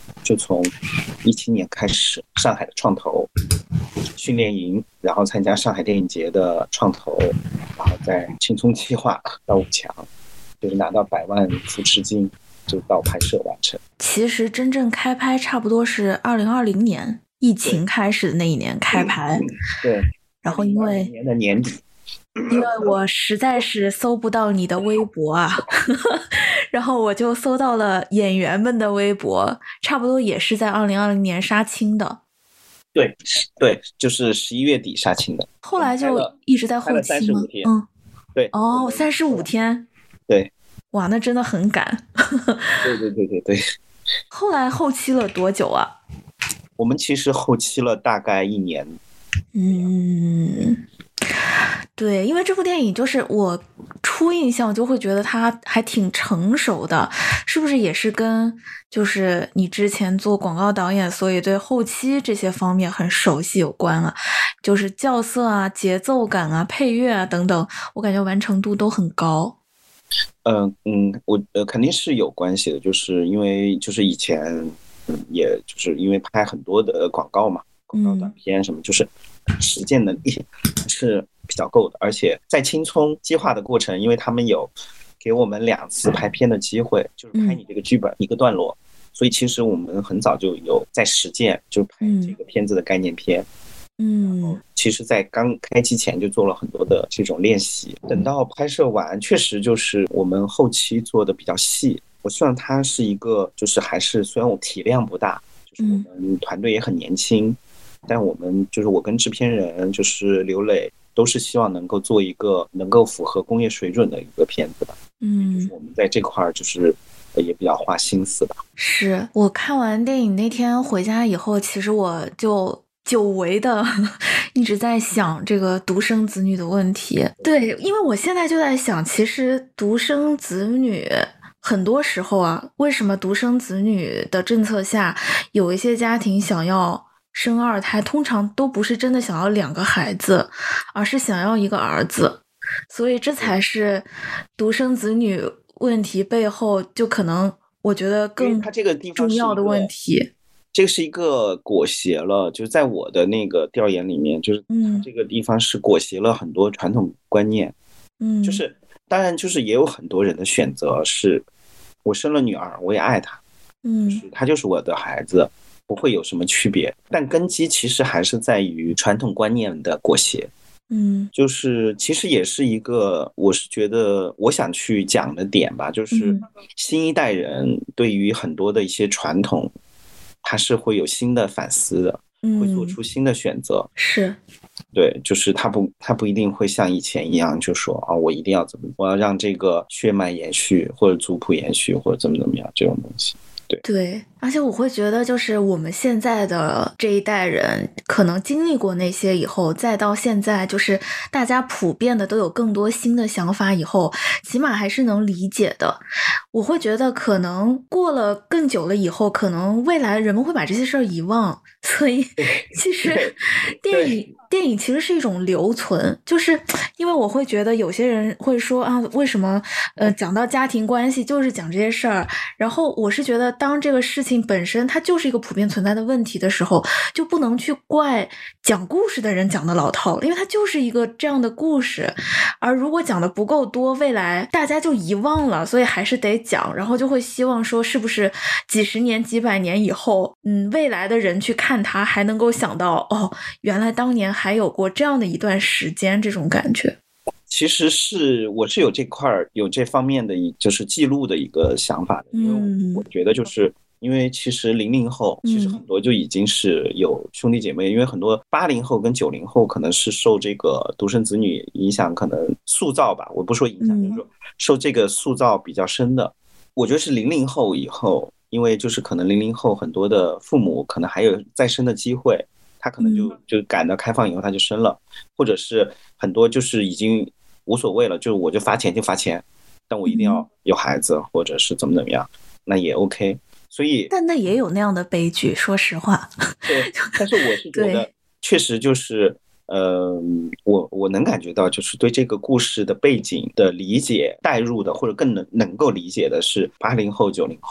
就从一七年开始，上海的创投训练营，然后参加上海电影节的创投，然后在青葱计划到五强，就是拿到百万扶持金，就到拍摄完成。 其实真正开拍差不多是二零二零年疫情开始的那一年开拍。 对， 然后因为年的年底， 因为我实在是搜不到你的微博啊，然后我就搜到了演员们的微博，差不多也是在二零二零年杀青的。 对对，就是十一月底杀青的。 后来就一直在后期吗？嗯， 对。 哦，三十五天。 对。 哇，那真的很赶。 对对对对对。 后来后期了多久啊？ 我们其实后期了大概一年。 嗯，对，因为这部电影就是我初印象就会觉得它还挺成熟的，是不是也是跟就是你之前做广告导演，所以对后期这些方面很熟悉有关啊？就是校色啊、节奏感啊、配乐啊等等，我感觉完成度都很高。 嗯嗯，我呃肯定是有关系的，就是因为就是以前嗯，也就是因为拍很多的广告嘛，广告短片什么，嗯、就是实践能力是比较够的。而且在青葱计划的过程，因为他们有给我们两次拍片的机会，就是拍你这个剧本一个段落，嗯、所以其实我们很早就有在实践，就是拍这个片子的概念片。嗯，其实在刚开机前就做了很多的这种练习，等到拍摄完，确实就是我们后期做的比较细。我希望它是一个，就是还是虽然我体量不大，就是我们团队也很年轻，嗯、但我们就是我跟制片人就是刘磊都是希望能够做一个能够符合工业水准的一个片子吧。嗯，就是我们在这块就是也比较花心思吧。 是我看完电影那天回家以后，其实我就久违的一直在想这个独生子女的问题。对，因为我现在就在想，其实独生子女很多时候啊，为什么独生子女的政策下，有一些家庭想要生二胎，通常都不是真的想要两个孩子，而是想要一个儿子。所以这才是独生子女问题背后就可能我觉得更重要的问题。 这个是一个裹挟了，就是在我的那个调研里面，就是它这个地方是裹挟了很多传统观念。嗯，就是当然就是也有很多人的选择是，我生了女儿我也爱她，嗯，就是她就是我的孩子，不会有什么区别。但根基其实还是在于传统观念的裹挟。嗯，就是其实也是一个，我是觉得我想去讲的点吧，就是新一代人对于很多的一些传统，他是会有新的反思的，嗯、会做出新的选择。 是， 对，就是他不，他不一定会像以前一样，就说啊，我一定要怎么，我要让这个血脉延续，或者族谱延续，或者怎么怎么样这种东西。对对，而且我会觉得，就是我们现在的这一代人，可能经历过那些以后，再到现在，就是大家普遍的都有更多新的想法以后，起码还是能理解的。我会觉得，可能过了更久了以后，可能未来人们会把这些事儿遗忘。所以，其实电影电影其实是一种留存，就是因为我会觉得有些人会说啊，为什么呃讲到家庭关系就是讲这些事儿，然后我是觉得。当这个事情本身它就是一个普遍存在的问题的时候，就不能去怪讲故事的人讲的老套了，因为它就是一个这样的故事。而如果讲的不够多，未来大家就遗忘了，所以还是得讲，然后就会希望说是不是几十年几百年以后，嗯，未来的人去看它还能够想到，哦，原来当年还有过这样的一段时间，这种感觉。 其实是我是有这块有这方面的就是记录的一个想法的，因为我觉得就是因为其实零零后其实很多就已经是有兄弟姐妹，因为很多八零后跟九零后可能是受这个独生子女影响，可能塑造吧，我不说影响，就是说受这个塑造比较深的。我觉得是零零后以后，因为就是可能零零后很多的父母可能还有再生的机会，他可能就就赶到开放以后他就生了，或者是很多就是已经无所谓了，就我就发钱就发钱，但我一定要有孩子，或者是怎么怎么样，那也 OK。所以， 但那也有那样的悲剧，说实话。 对，但是我是觉得，确实就是，呃，我我能感觉到，就是对这个故事的背景的理解、带入的，或者更能能够理解的是八零后、九零后。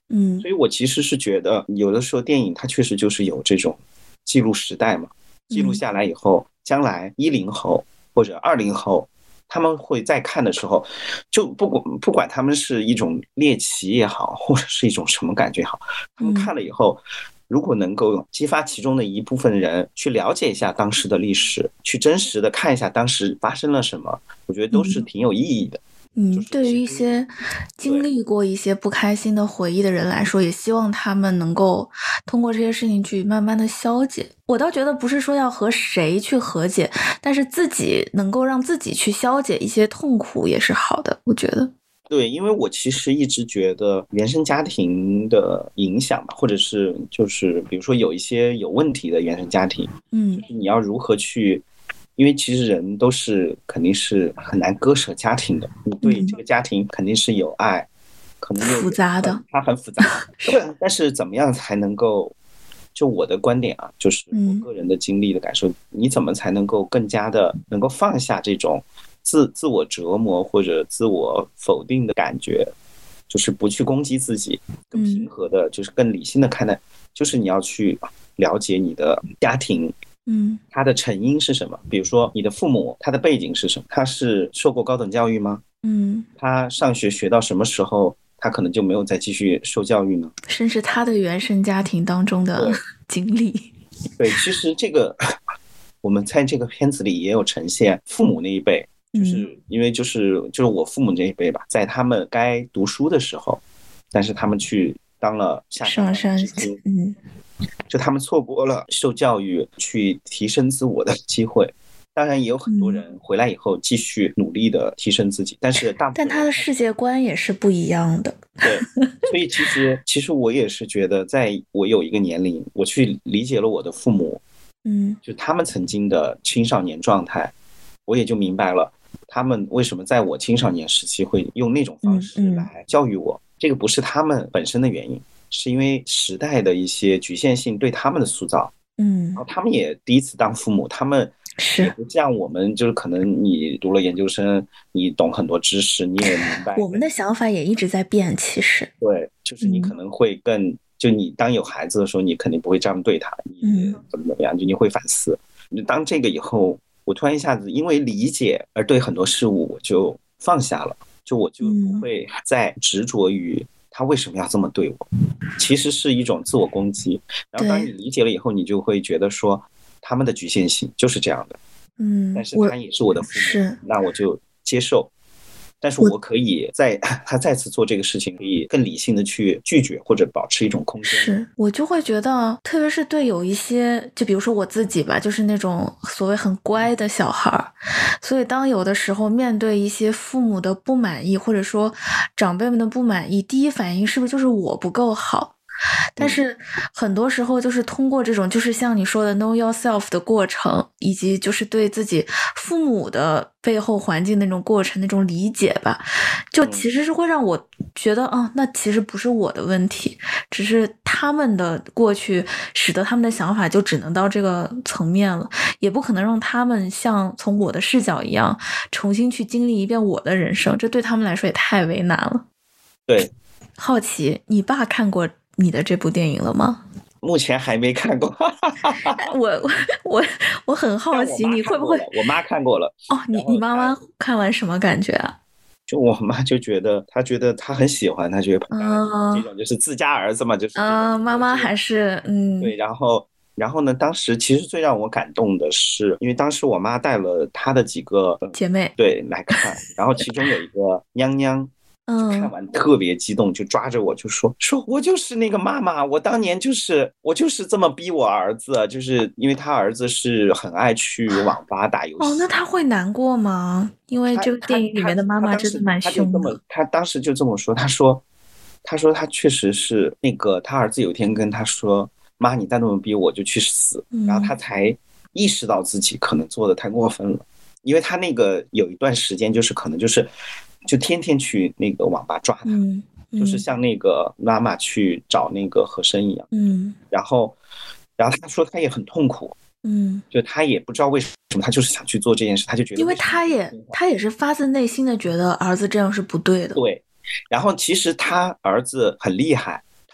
嗯， 所以我其实是觉得有的时候电影它确实就是有这种记录时代嘛，记录下来以后，将来一零后或者二零后他们会再看的时候，就不管不管他们是一种猎奇也好，或者是一种什么感觉好，他们看了以后，如果能够激发其中的一部分人去了解一下当时的历史，去真实的看一下当时发生了什么，我觉得都是挺有意义的。 嗯， 就是对于一些经历过一些不开心的回忆的人来说，也希望他们能够通过这些事情去慢慢的消解。我倒觉得不是说要和谁去和解，但是自己能够让自己去消解一些痛苦也是好的，我觉得。 对，因为我其实一直觉得原生家庭的影响吧，或者是就是比如说有一些有问题的原生家庭， 嗯， 就是你要如何去，因为其实人都是肯定是很难割舍家庭的，你对这个家庭肯定是有爱，可能复杂的， 它很复杂，但是怎么样才能够？就我的观点啊，就是我个人的经历的感受，嗯、你怎么才能够更加的能够放下这种自自我折磨或者自我否定的感觉，就是不去攻击自己，更平和的，就是更理性的看待，嗯、就是你要去了解你的家庭， 嗯， 他的成因是什么？比如说你的父母，他的背景是什么？他是受过高等教育吗？ 嗯， 他上学学到什么时候？他可能就没有再继续受教育呢， 甚至他的原生家庭当中的经历。 对，其实这个我们在这个片子里也有呈现父母那一辈，就是因为就是就是我父母这一辈吧，在他们该读书的时候，但是他们去当了下上山，嗯， 就他们错过了受教育、去提升自我的机会。当然也有很多人回来以后继续努力的提升自己，但是大部分但他的世界观也是不一样的。 对，所以其实其实我也是觉得，在我有一个年龄，我去理解了我的父母， 嗯， 就他们曾经的青少年状态，我也就明白了他们为什么在我青少年时期会用那种方式来教育我。嗯嗯、这个不是他们本身的原因，是因为时代的一些局限性对他们的塑造。 嗯， 然后他们也第一次当父母，他们也不像我们，就是可能你读了研究生，你懂很多知识，你也明白。 我们的想法也一直在变，其实。 对，就是你可能会更，嗯、就你当有孩子的时候，你肯定不会这样对他，你怎么怎么样，就你会反思。你当这个以后，我突然一下子因为理解而对很多事物我就放下了，就我就不会再执着于他为什么要这么对我，其实是一种自我攻击。然后当你理解了以后，你就会觉得说他们的局限性就是这样的， 嗯， 但是他也是我的父母， 是， 那我就接受。但是我可以在他再次做这个事情，可以更理性的去拒绝或者保持一种空间。 是，我就会觉得，特别是对有一些，就比如说我自己吧，就是那种所谓很乖的小孩，所以当有的时候面对一些父母的不满意，或者说长辈们的不满意，第一反应是不是就是我不够好？但是很多时候就是通过这种就是像你说的 know yourself 的过程，以及就是对自己父母的背后环境那种过程那种理解吧，就其实是会让我觉得啊、哦，那其实不是我的问题，只是他们的过去使得他们的想法就只能到这个层面了，也不可能让他们像从我的视角一样重新去经历一遍我的人生，这对他们来说也太为难了。 对， 好奇你爸看过你的这部电影了吗？ 目前还没看过。 我我我很好奇你会不会？ 我妈看过了。 哦，你你妈妈看完什么感觉啊？ 就我妈就觉得，她觉得她很喜欢，她觉得这种就是自家儿子嘛，就是啊，妈妈还是嗯对，然后然后呢，当时其实最让我感动的是，因为当时我妈带了她的几个姐妹对来看，然后其中有一个娘娘。就看完特别激动，就抓着我就说说我就是那个妈妈，我当年就是我就是这么逼我儿子，就是因为他儿子是很爱去网吧打游戏。 哦，那他会难过吗？因为这个电影里面的妈妈真的蛮凶的。 他当时就这么说，他说他说他确实是那个他儿子有一天跟他说，妈你再那么逼我就去死， 嗯、 然后他才意识到自己可能做的太过分了，因为他那个有一段时间就是可能就是就天天去那个网吧抓他， 嗯嗯、 就是像那个妈妈去找那个和珅一样， 嗯， 然后然后他说他也很痛苦， 嗯， 就他也不知道为什么，他就是想去做这件事，他就觉得因为他也他也是发自内心的觉得儿子这样是不对的， 对，然后其实他儿子很厉害，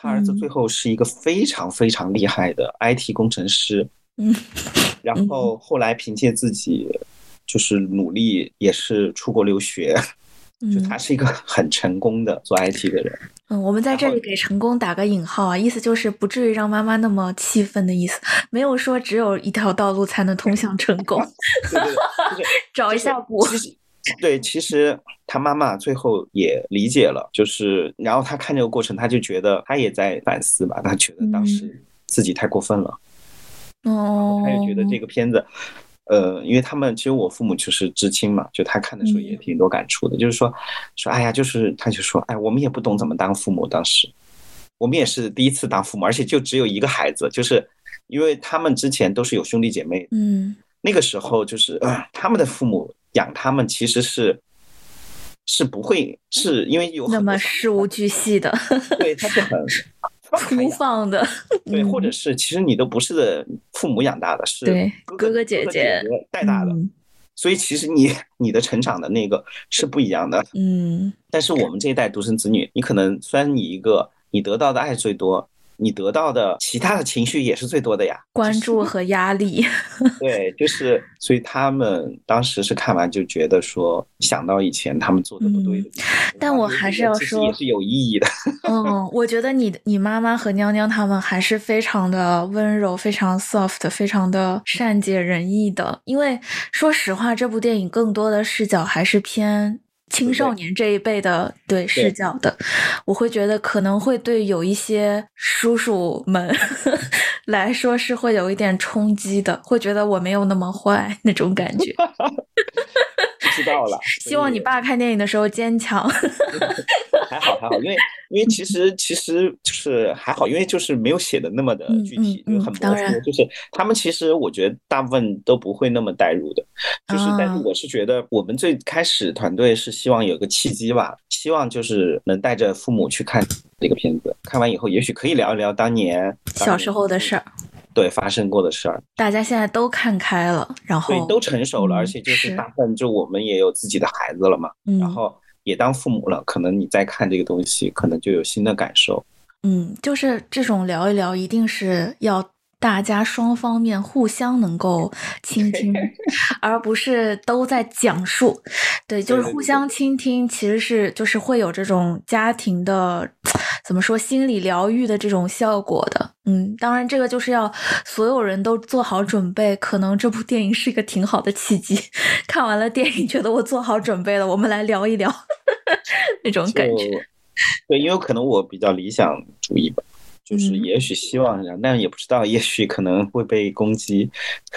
他儿子最后是一个非常非常厉害的 I T 工程师， 嗯， 然后后来凭借自己就是努力，也是出国留学， 嗯、 就他是一个很成功的做 I T 的人。 嗯，我们在这里给成功打个引号啊，意思就是不至于让妈妈那么气愤的意思，没有说只有一条道路才能通向成功。 对对对，就是找一下补。 其实对，其实他妈妈最后也理解了，就是然后他看这个过程，他就觉得他也在反思吧，他觉得当时自己太过分了。 哦、 嗯，他也觉得这个片子。呃，因为他们其实我父母就是知青嘛，就他看的时候也挺多感触的，嗯、就是说说哎呀，就是他就说哎，我们也不懂怎么当父母，当时我们也是第一次当父母，而且就只有一个孩子，就是因为他们之前都是有兄弟姐妹， 嗯， 那个时候就是、呃、他们的父母养他们其实是是不会是因为有那么事无巨细的， 对，他是很。 粗放的， 对，或者是其实你都不是父母养大的，是哥哥哥哥姐姐带大的， 嗯、 所以其实你你的成长的那个是不一样的。 嗯， 但是我们这一代独生子女，你可能虽然你一个你得到的爱最多，你得到的其他的情绪也是最多的呀， 关注和压力。 对，就是所以他们当时是看完就觉得说，想到以前他们做的不对的地方、 嗯、但我还是要说也是有意义的。 嗯，我觉得你你妈妈和娘娘他们还是非常的温柔，非常 soft， 非常的善解人意的。因为说实话，这部电影更多的视角还是偏青少年这一辈的 对, 对视角的，我会觉得可能会对有一些叔叔们来说是会有一点冲击的，会觉得我没有那么坏那种感觉。 不知道了， 希望你爸看电影的时候坚强。 还好还好，因为因为其实其实就是还好，因为就是没有写的那么的具体， 嗯嗯嗯、 就很模糊。就是他们其实我觉得大部分都不会那么带入的，就是、啊、但是我是觉得我们最开始团队是希望有个契机吧，希望就是能带着父母去看这个片子，看完以后也许可以聊一聊当年小时候的事儿。 对发生过的事儿， 大家现在都看开了，然后对都成熟了、嗯，而且就是大部分就我们也有自己的孩子了嘛，嗯、然后也当父母了，可能你再看这个东西，可能就有新的感受。 嗯，就是这种聊一聊，一定是要大家双方面互相能够倾听，而不是都在讲述。对，就是互相倾听，其实是就是会有这种家庭的怎么说心理疗愈的这种效果的。嗯，当然这个就是要所有人都做好准备，可能这部电影是一个挺好的契机。看完了电影，觉得我做好准备了，我们来聊一聊那种感觉。 对，因为可能我比较理想主义吧。就是也许希望这样、嗯，但也不知道，也许可能会被攻击。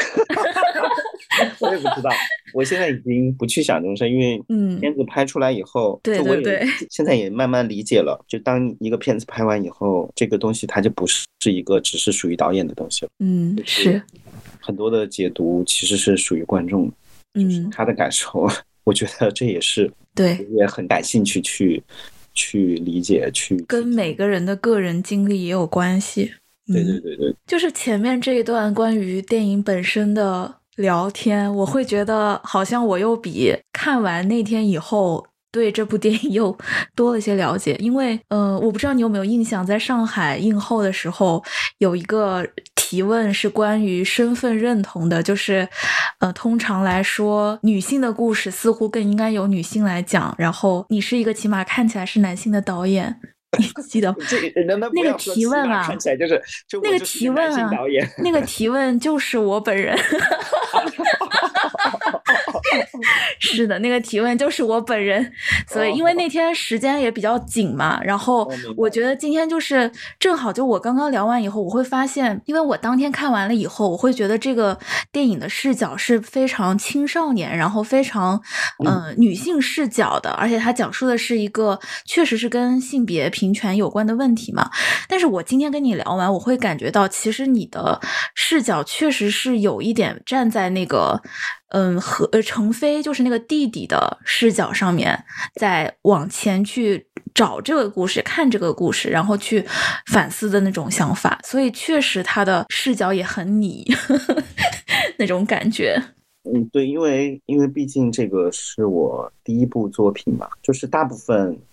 我也不知道，我现在已经不去想这种事，因为片子拍出来以后， 嗯、对对对， 现在也慢慢理解了。就当一个片子拍完以后，这个东西它就不是一个只是属于导演的东西了。 嗯， 是很多的解读其实是属于观众的，嗯，他的感受，我觉得这也是对， 也很感兴趣去。去理解，去跟每个人的个人经历也有关系。 对对对对， 就是前面这一段关于电影本身的聊天，我会觉得好像我又比看完那天以后对这部电影又多了一些了解。因为呃，我不知道你有没有印象，在上海映后的时候有一个提问是关于身份认同的，就是呃，通常来说女性的故事似乎更应该由女性来讲，然后你是一个起码看起来是男性的导演，你记得那个提问啊， 看起来就是就那个提问啊，那个提问就是我本人。是的，那个提问就是我本人，所以因为那天时间也比较紧嘛，然后我觉得今天就是正好就我刚刚聊完以后，我会发现，因为我当天看完了以后，我会觉得这个电影的视角是非常青少年，然后非常呃女性视角的，而且它讲述的是一个确实是跟性别平权有关的问题嘛。但是我今天跟你聊完，我会感觉到其实你的视角确实是有一点站在那个嗯，和呃程飞就是那个弟弟的视角上面，在往前去找这个故事，看这个故事，然后去反思的那种想法，所以确实他的视角也很你那种感觉。 嗯，对，因为因为毕竟这个是我第一部作品嘛，就是大部分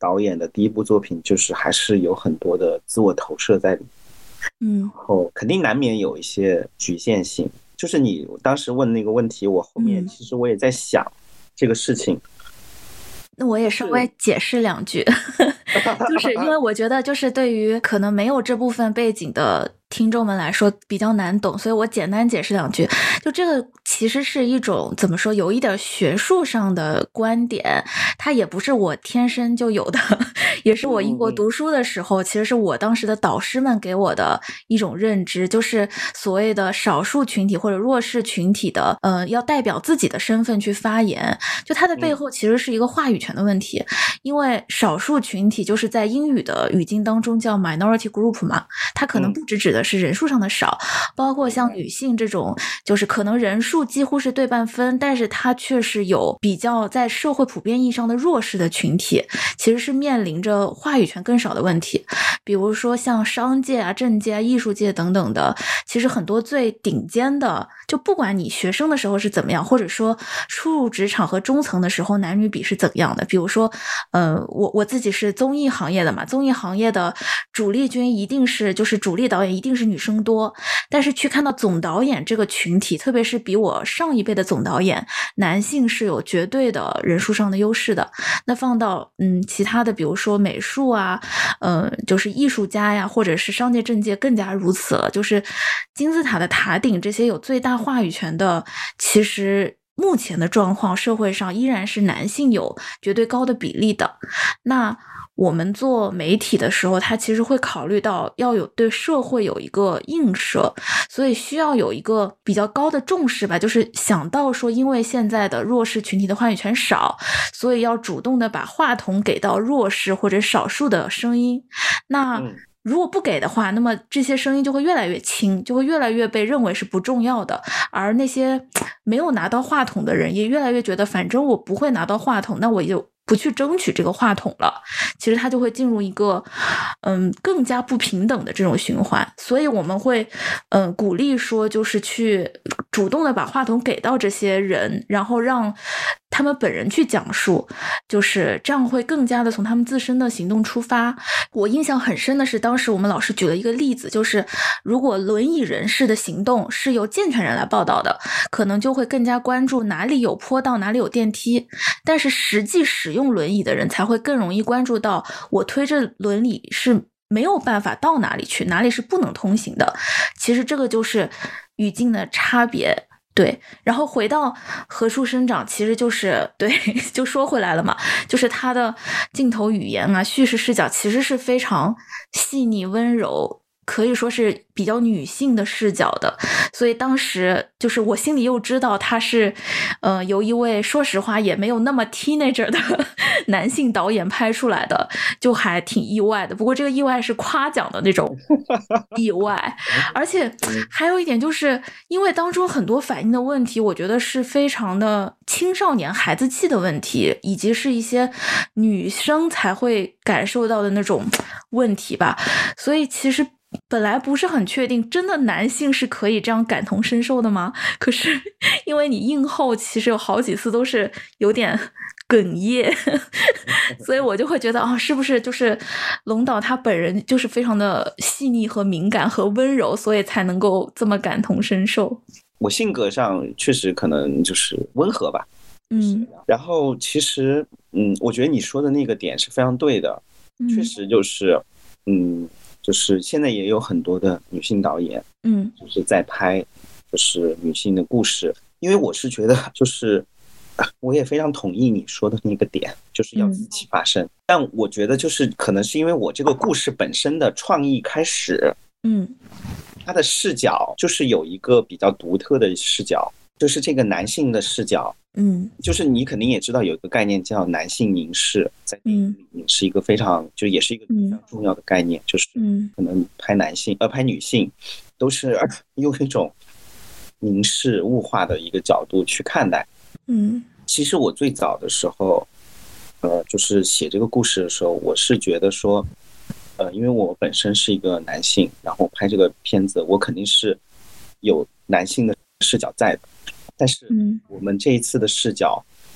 导演的第一部作品，就是还是有很多的自我投射在里面。 嗯， 然后肯定难免有一些局限性。就是你当时问那个问题，我后面其实我也在想这个事情。 那我也稍微解释两句，就是因为我觉得，就是对于可能没有这部分背景的听众们来说比较难懂，所以我简单解释两句。就这个其实是一种怎么说，有一点学术上的观点，它也不是我天生就有的，也是我英国读书的时候，其实是我当时的导师们给我的一种认知，就是所谓的少数群体或者弱势群体的，呃，要代表自己的身份去发言，就它的背后其实是一个话语权的问题，因为少数群体就是在英语的语境当中叫 minority group 嘛，它可能不只指的是人数上的少，包括像女性这种，就是可能人数几乎是对半分，但是它却是有比较在社会普遍意义上的弱势的群体，其实是面临着话语权更少的问题。比如说像商界啊、政界啊、艺术界等等的，其实很多最顶尖的，就不管你学生的时候是怎么样，或者说初入职场和中层的时候男女比是怎么样的，比如说呃，我我自己是综艺行业的嘛，综艺行业的主力军一定是就是主力导演一定是女生多，但是去看到总导演这个群体，特别是比我上一辈的总导演，男性是有绝对的人数上的优势的。那放到嗯其他的，比如说美术啊，呃，就是艺术家呀，或者是商界政界更加如此了。就是金字塔的塔顶这些有最大话语权的，其实目前的状况，社会上依然是男性有绝对高的比例的。那我们做媒体的时候，他其实会考虑到要有对社会有一个映射，所以需要有一个比较高的重视吧，就是想到说因为现在的弱势群体的话语权少，所以要主动的把话筒给到弱势或者少数的声音。那如果不给的话，那么这些声音就会越来越轻，就会越来越被认为是不重要的，而那些没有拿到话筒的人也越来越觉得反正我不会拿到话筒，那我就不去争取这个话筒了，其实它就会进入一个嗯更加不平等的这种循环。所以我们会嗯鼓励说，就是去主动的把话筒给到这些人，然后让他们本人去讲述，就是这样会更加的从他们自身的行动出发。我印象很深的是，当时我们老师举了一个例子，就是如果轮椅人士的行动是由健全人来报道的，可能就会更加关注哪里有坡道哪里有电梯，但是实际使用轮椅的人才会更容易关注到我推着轮椅是没有办法到哪里去，哪里是不能通行的。其实这个就是语境的差别。对，然后回到何处生长，其实就是对，就说回来了嘛，就是他的镜头语言啊、叙事视角其实是非常细腻温柔，可以说是比较女性的视角的。所以当时就是我心里又知道他是呃由一位说实话也没有那么 teenager 的男性导演拍出来的，就还挺意外的。不过这个意外是夸奖的那种意外。而且还有一点，就是因为当中很多反映的问题我觉得是非常的青少年孩子气的问题，以及是一些女生才会感受到的那种问题吧。所以其实本来不是很确定真的男性是可以这样感同身受的吗？可是因为你映后其实有好几次都是有点哽咽所以我就会觉得啊、哦，是不是就是龙导他本人就是非常的细腻和敏感和温柔，所以才能够这么感同身受。 我性格上确实可能就是温和吧， 嗯， 然后其实嗯，我觉得你说的那个点是非常对的， 嗯、 确实就是嗯就是现在也有很多的女性导演， 嗯， 就是在拍就是女性的故事。因为我是觉得就是我也非常同意你说的那个点，就是要自己发声、嗯、但我觉得就是可能是因为我这个故事本身的创意开始， 嗯， 它的视角就是有一个比较独特的视角，就是这个男性的视角。 嗯， 就是你肯定也知道有一个概念叫男性凝视，在电影里面是一个非常、嗯、就也是一个非常重要的概念、嗯、就是可能拍男性呃拍女性都是用一种凝视物化的一个角度去看待。 嗯， 其实我最早的时候呃就是写这个故事的时候，我是觉得说呃因为我本身是一个男性，然后拍这个片子我肯定是有男性的视角在的，但是我们这一次的视角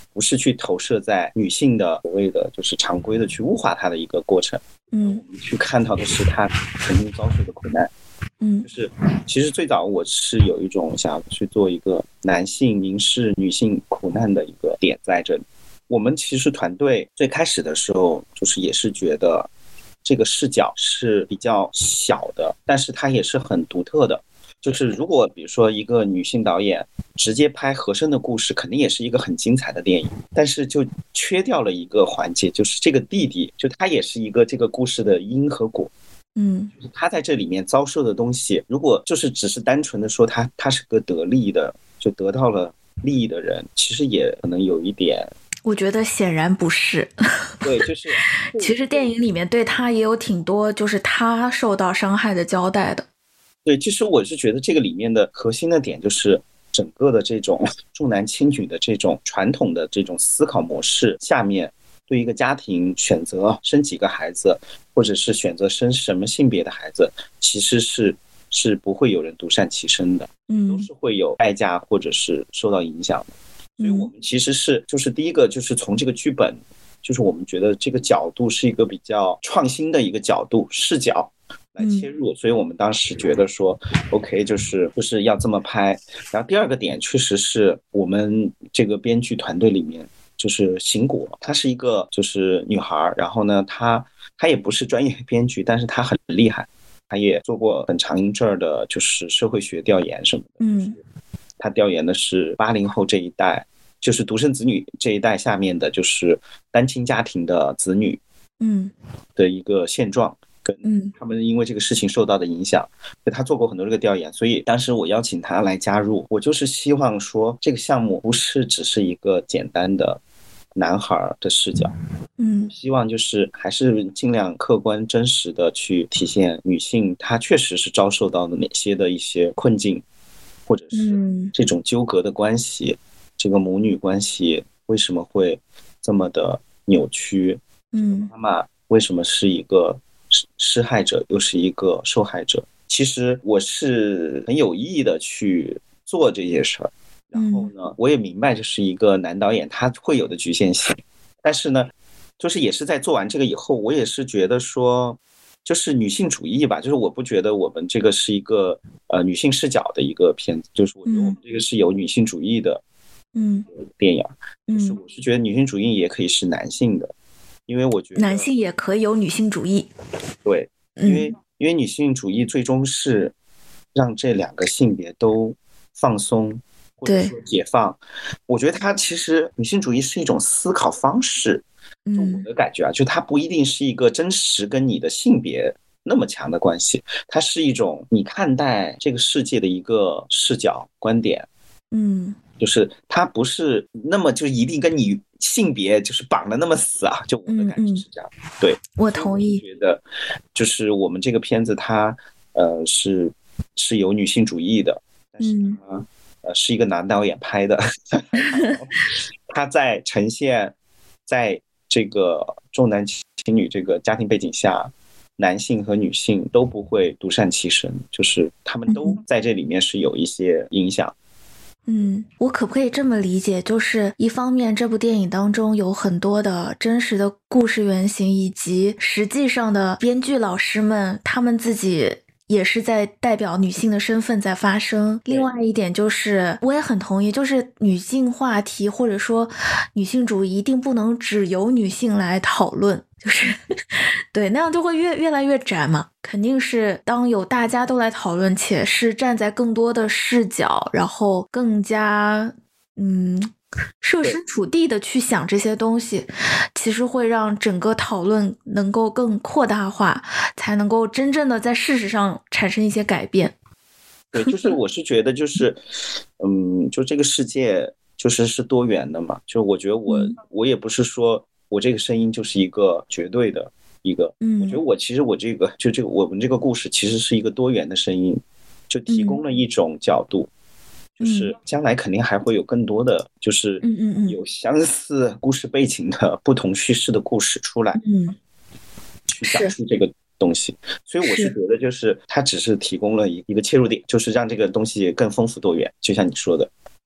不是去投射在女性的所谓的就是常规的去物化她的一个过程。 嗯， 我们去看到的是她曾经遭受的苦难。 嗯， 就是其实最早我是有一种想去做一个男性凝视女性苦难的一个点在这里。我们其实团队最开始的时候，就是也是觉得这个视角是比较小的，但是它也是很独特的。就是如果比如说一个女性导演直接拍和珅的故事，肯定也是一个很精彩的电影，但是就缺掉了一个环节，就是这个弟弟，就他也是一个这个故事的因和果。 嗯， 就是他在这里面遭受的东西，如果就是只是单纯的说他他是个得利的，就得到了利益的人，其实也可能有一点。 我觉得显然不是。 对，就是其实电影里面对他也有挺多就是他受到伤害的交代的。 对，其实我是觉得这个里面的核心的点就是整个的这种重男轻女的这种传统的这种思考模式下面，对一个家庭选择生几个孩子，或者是选择生什么性别的孩子，其实是是不会有人独善其身的， 嗯， 都是会有代价或者是受到影响的。所以我们其实是就是第一个就是从这个剧本，就是我们觉得这个角度是一个比较创新的一个角度视角来切入，所以我们当时觉得说 OK 就是就是要这么拍。然后第二个点确实是我们这个编剧团队里面就是邢果，她是一个就是女孩，然后呢她她也不是专业编剧，但是她很厉害，她也做过很长一阵儿的就是社会学调研什么的。 嗯， 她调研的是八零后这一代，就是独生子女这一代下面的就是单亲家庭的子女嗯的一个现状， 嗯， 他们因为这个事情受到的影响，他做过很多这个调研，所以当时我邀请他来加入，我就是希望说这个项目不是只是一个简单的男孩的视角， 嗯， 希望就是还是尽量客观真实的去体现女性她确实是遭受到的哪些的一些困境，或者是这种纠葛的关系，这个母女关系为什么会这么的扭曲， 嗯， 妈妈为什么是一个施害者又是一个受害者。其实我是很有意的去做这些事儿，然后呢我也明白这是一个男导演他会有的局限性，但是呢就是也是在做完这个以后，我也是觉得说就是女性主义吧，就是我不觉得我们这个是一个呃女性视角的一个片子，就是我觉得我们这个是有女性主义的嗯电影，就是我是觉得女性主义也可以是男性的，因为我觉得男性也可以有女性主义。 对，因为、嗯、因为女性主义最终是让这两个性别都放松或者说解放。我觉得它其实女性主义是一种思考方式，就我的感觉啊，就它不一定是一个真实跟你的性别那么强的关系，它是一种你看待这个世界的一个视角观点。 嗯， 就是它不是那么就一定跟你性别就是绑的那么死啊，就我的感觉是这样。嗯嗯、对， 我同意。 我觉得就是我们这个片子它呃是是有女性主义的，但是它、嗯、呃是一个男导演拍的，他在呈现在这个重男轻女这个家庭背景下，男性和女性都不会独善其身，就是他们都在这里面是有一些影响。 嗯，我可不可以这么理解，就是一方面这部电影当中有很多的真实的故事原型，以及实际上的编剧老师们他们自己也是在代表女性的身份在发声。另外一点就是我也很同意，就是女性话题或者说女性主义一定不能只由女性来讨论，就是对，那样就会越越来越窄嘛。肯定是当有大家都来讨论，且是站在更多的视角，然后更加嗯设身处地的去想这些东西，其实会让整个讨论能够更扩大化，才能够真正的在事实上产生一些改变。 对，就是我是觉得就是嗯就这个世界就是是多元的嘛，就我觉得我、嗯、我也不是说我这个声音就是一个绝对的一个，嗯，我觉得我其实我这个就这个我们这个故事其实是一个多元的声音，就提供了一种角度、嗯、就是将来肯定还会有更多的就是有相似故事背景的不同叙事的故事出来，嗯，去讲述这个东西，所以我是觉得就是它只是提供了一个切入点，就是让这个东西更丰富多元，就像你说的。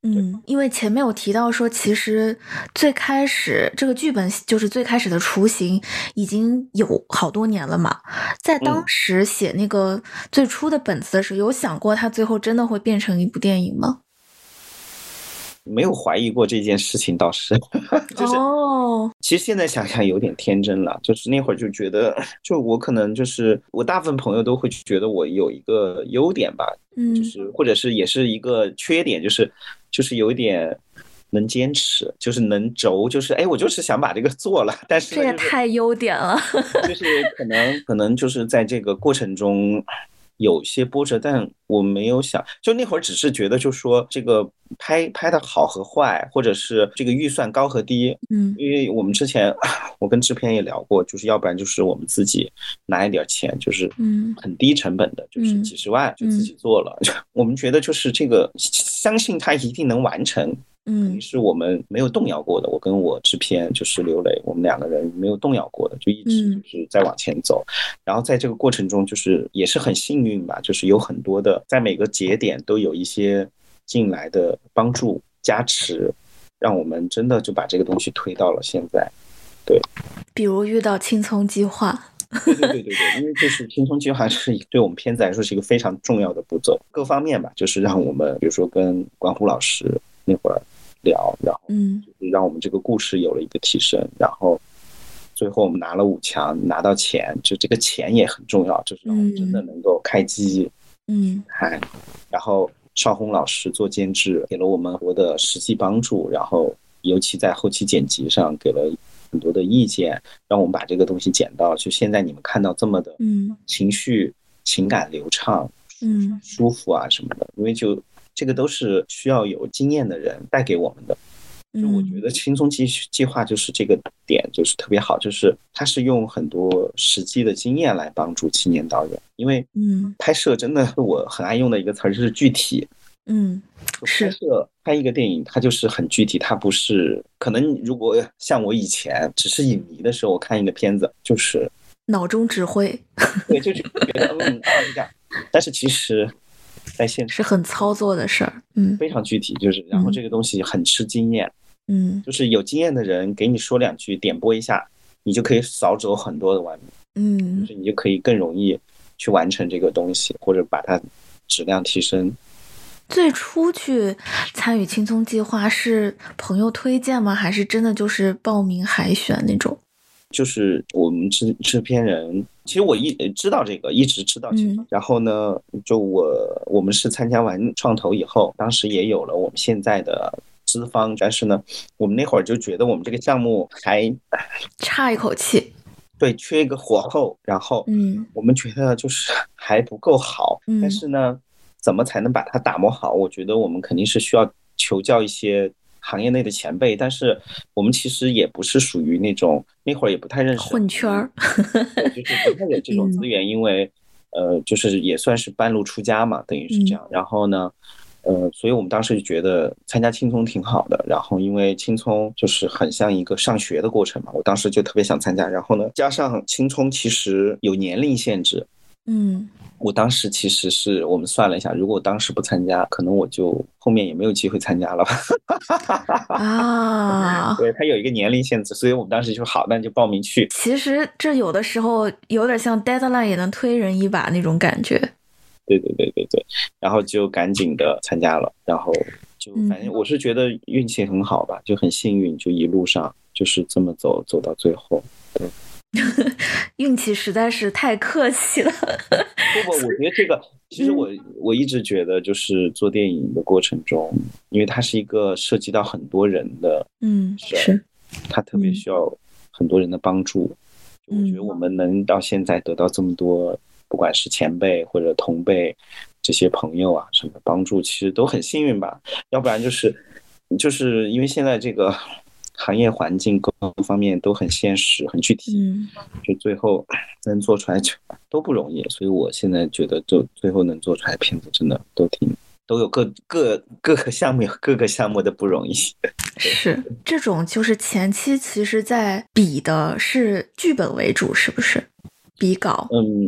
嗯，因为前面有提到说，其实最开始这个剧本就是最开始的雏形已经有好多年了嘛，在当时写那个最初的本子的时候，有想过它最后真的会变成一部电影吗？ 没有怀疑过这件事情，倒是就是哦， 其实现在想想有点天真了，就是那会儿就觉得，就我可能就是我大部分朋友都会觉得我有一个优点吧， 嗯， 就是或者是也是一个缺点，就是就是有一点能坚持，就是能轴，就是哎，我就是想把这个做了，但是呢、 这也就是、 太优点了， 就是可能可能就是在这个过程中。有些波折，但我没有想，就那会儿只是觉得，就说这个拍拍的好和坏，或者是这个预算高和低， 嗯， 因为我们之前我跟制片也聊过，就是要不然就是我们自己拿一点钱，就是很低成本的，就是几十万就自己做了，我们觉得就是这个相信他一定能完成。肯定是我们没有动摇过的，我跟我制片就是刘磊，我们两个人没有动摇过的，就一直就是在往前走。然后在这个过程中，就是也是很幸运吧，就是有很多的，在每个节点都有一些进来的帮助加持，让我们真的就把这个东西推到了现在。对， 比如遇到青葱计划。 对对对对对，因为就是青葱计划是对我们片子来说是一个非常重要的步骤，各方面吧，就是让我们比如说跟关虎老师那会儿聊，然后就是让我们这个故事有了一个提升，然后最后我们拿了五强，拿到钱，就这个钱也很重要，就是让我们真的能够开机，嗯，看，然后邵红老师做监制，给了我们很多的实际帮助，然后尤其在后期剪辑上给了很多的意见，让我们把这个东西剪到就现在你们看到这么的情绪、情感流畅、嗯，舒服啊什么的，因为就这个都是需要有经验的人带给我们的。就我觉得青葱计计划就是这个点就是特别好，就是它是用很多实际的经验来帮助青年导演，因为嗯，拍摄真的我很爱用的一个词就是具体。嗯，拍摄拍一个电影，它就是很具体，它不是可能如果像我以前只是影迷的时候，我看一个片子就是脑中指挥， 对，就觉得嗯啊这样，但是其实在现场是很操作的事儿，嗯， 非常具体，就是然后这个东西很吃经验，嗯，就是有经验的人给你说两句，点拨一下，你就可以少走很多的弯路，嗯，就是你就可以更容易去完成这个东西，或者把它质量提升。 最初去参与青葱计划是朋友推荐吗？还是真的就是报名海选那种？ 就是我们制制片人，其实我一知道这个，一直知道这个。嗯、然后呢，就我我们是参加完创投以后，当时也有了我们现在的资方，但是呢，我们那会儿就觉得我们这个项目还差一口气。 对，缺一个火候。然后，嗯，我们觉得就是还不够好。嗯、但是呢。怎么才能把它打磨好？我觉得我们肯定是需要求教一些行业内的前辈，但是我们其实也不是属于那种那会儿也不太认识混圈儿， 就是不太有这种资源，嗯、因为呃，就是也算是半路出家嘛，等于是这样。嗯、然后呢，呃，所以我们当时就觉得参加青葱挺好的。然后因为青葱就是很像一个上学的过程嘛，我当时就特别想参加。然后呢，加上青葱其实有年龄限制，嗯。我当时其实是我们算了一下，如果我当时不参加，可能我就后面也没有机会参加了吧。啊，对，他有一个年龄限制，所以我们当时就好，那就报名去。 其实这有的时候有点像 deadline 也能推人一把那种感觉。 对对对对对，然后就赶紧的参加了，然后就反正我是觉得运气很好吧，就很幸运，就一路上就是这么走走到最后。对。 运气实在是太客气了。 不不，我觉得这个其实我我一直觉得，就是做电影的过程中，因为它是一个涉及到很多人的，嗯，是，它特别需要很多人的帮助。嗯、我觉得我们能到现在得到这么多，不管是前辈或者同辈这些朋友啊什么帮助，其实都很幸运吧。要不然就是就是因为现在这个。行业环境各方面都很现实很具体，嗯，就最后能做出来都不容易，所以我现在觉得就最后能做出来片子真的都挺都有各各各个项目有各个项目的不容易。 是这种就是前期其实在比的是剧本为主，是不是比稿？ 嗯，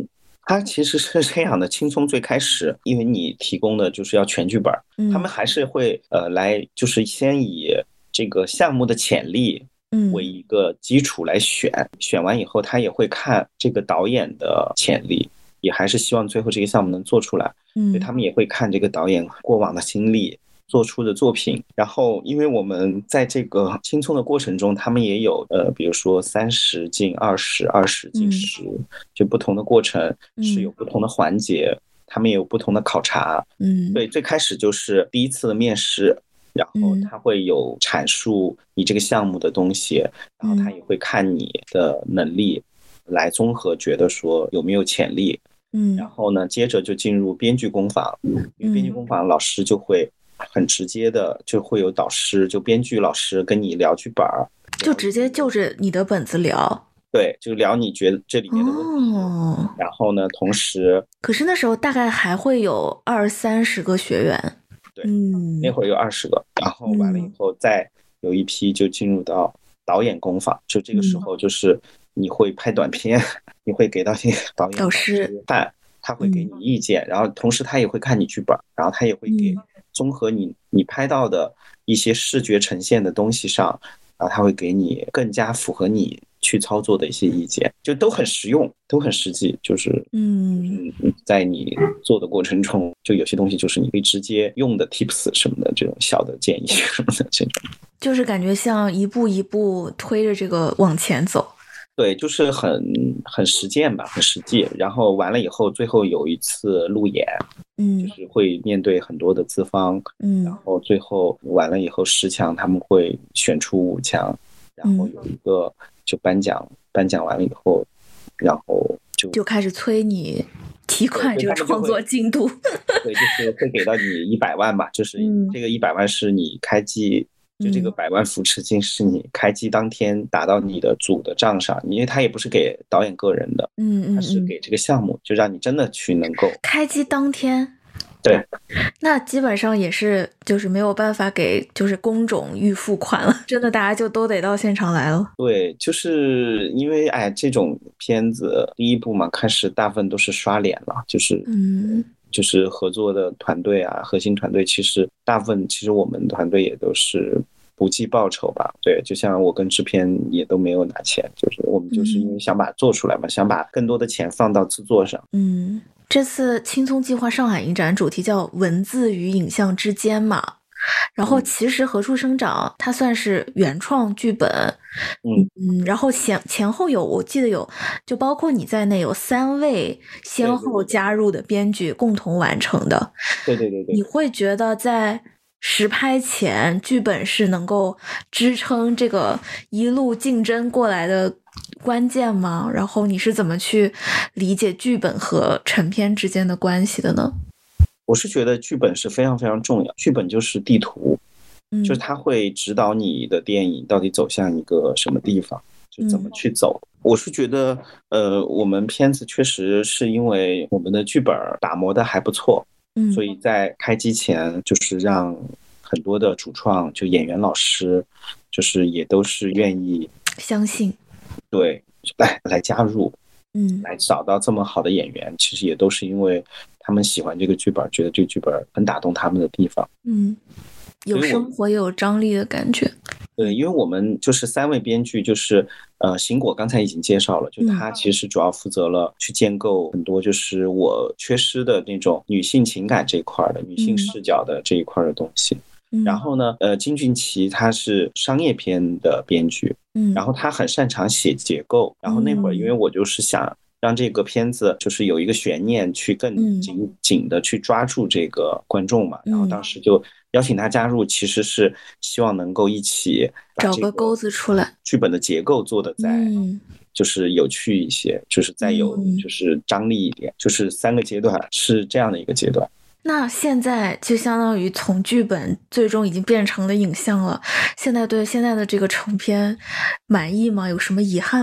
它其实是这样的，青松最开始，因为你提供的就是要全剧本， 嗯、 他们还是会呃来，就是先以这个项目的潜力为一个基础来选，嗯、选完以后，他也会看这个导演的潜力，也还是希望最后这个项目能做出来。嗯，所以他们也会看这个导演过往的经历。做出的作品，然后因为我们在这个青葱的过程中，他们也有呃，比如说三十进二十、二十进十、嗯，就不同的过程是有不同的环节，嗯、他们也有不同的考察。嗯，对，最开始就是第一次的面试，然后他会有阐述你这个项目的东西，嗯、然后他也会看你的能力，来综合觉得说有没有潜力。嗯，然后呢，接着就进入编剧工坊，因为编剧工坊老师就会。很直接的就会有导师，就编剧老师跟你聊剧本， 就直接就着你的本子聊。 对，就聊你觉得这里面的问题。哦、然后呢，同时， 可是那时候大概还会有二三十个学员。 对，嗯，那会儿有二十个，然后完了以后再有一批就进入到导演工坊，就这个时候就是你会拍短片，嗯、你会给到你导演导师看，他会给你意见，嗯、然后同时他也会看你剧本，然后他也会给。嗯综合你你拍到的一些视觉呈现的东西上，然后他会给你更加符合你去操作的一些意见，就都很实用，都很实际。就是嗯，在你做的过程中，就有些东西就是你可以直接用的 tips 什么的，这种小的建议什么的，这种就是感觉像一步一步推着这个往前走。 对，就是很很实践吧，很实际。然后完了以后，最后有一次路演，嗯，就是会面对很多的资方，嗯，然后最后完了以后，十强他们会选出五强，然后有一个就颁奖，嗯、颁奖完了以后，然后就就开始催你提快这个创作进度。 对，就是会给到你一百万吧，就是这个一百万是你开机。就这个百万扶持金是你开机当天打到你的组的账上，因为它也不是给导演个人的，嗯，它是给这个项目，就让你真的去能够开机当天。 对， 那基本上也是就是没有办法给就是工种预付款了，真的大家就都得到现场来了。 对，就是因为哎这种片子第一部嘛，开始大部分都是刷脸了，就是嗯。就是合作的团队啊，核心团队其实大部分，其实我们团队也都是不计报酬吧。对，就像我跟制片也都没有拿钱，就是我们就是因为想把它做出来嘛，嗯、想把更多的钱放到制作上。 嗯，这次青葱计划上海影展主题叫文字与影像之间嘛。然后其实何处生长它算是原创剧本，嗯嗯，然后前前后有我记得有就包括你在内有三位先后加入的编剧共同完成的。 对对对对， 你会觉得在实拍前剧本是能够支撑这个一路竞争过来的关键吗？然后你是怎么去理解剧本和成片之间的关系的呢？ 我是觉得剧本是非常非常重要，剧本就是地图，嗯、就是它会指导你的电影到底走向一个什么地方，就怎么去走。嗯、我是觉得，呃，我们片子确实是因为我们的剧本打磨的还不错，嗯，所以在开机前就是让很多的主创，就演员老师，就是也都是愿意相信， 对，来来加入。嗯，来找到这么好的演员，其实也都是因为他们喜欢这个剧本，觉得这个剧本很打动他们的地方。 嗯，有生活也有张力的感觉。 对，因为我们就是三位编剧，就是呃，邢果刚才已经介绍了，就他其实主要负责了去建构很多就是我缺失的那种女性情感这一块的、女性视角的这一块的东西。嗯、然后呢，呃，金俊奇他是商业片的编剧。嗯，然后他很擅长写结构，然后那会儿因为我就是想让这个片子就是有一个悬念，去更紧紧的去抓住这个观众嘛，然后当时就邀请他加入，其实是希望能够一起找个钩子出来， 剧本的结构做的再就是有趣一些，就是再有就是张力一点，就是三个阶段是这样的一个阶段。 那现在就相当于从剧本最终已经变成了影像了，现在对现在的这个成片满意吗？有什么遗憾吗？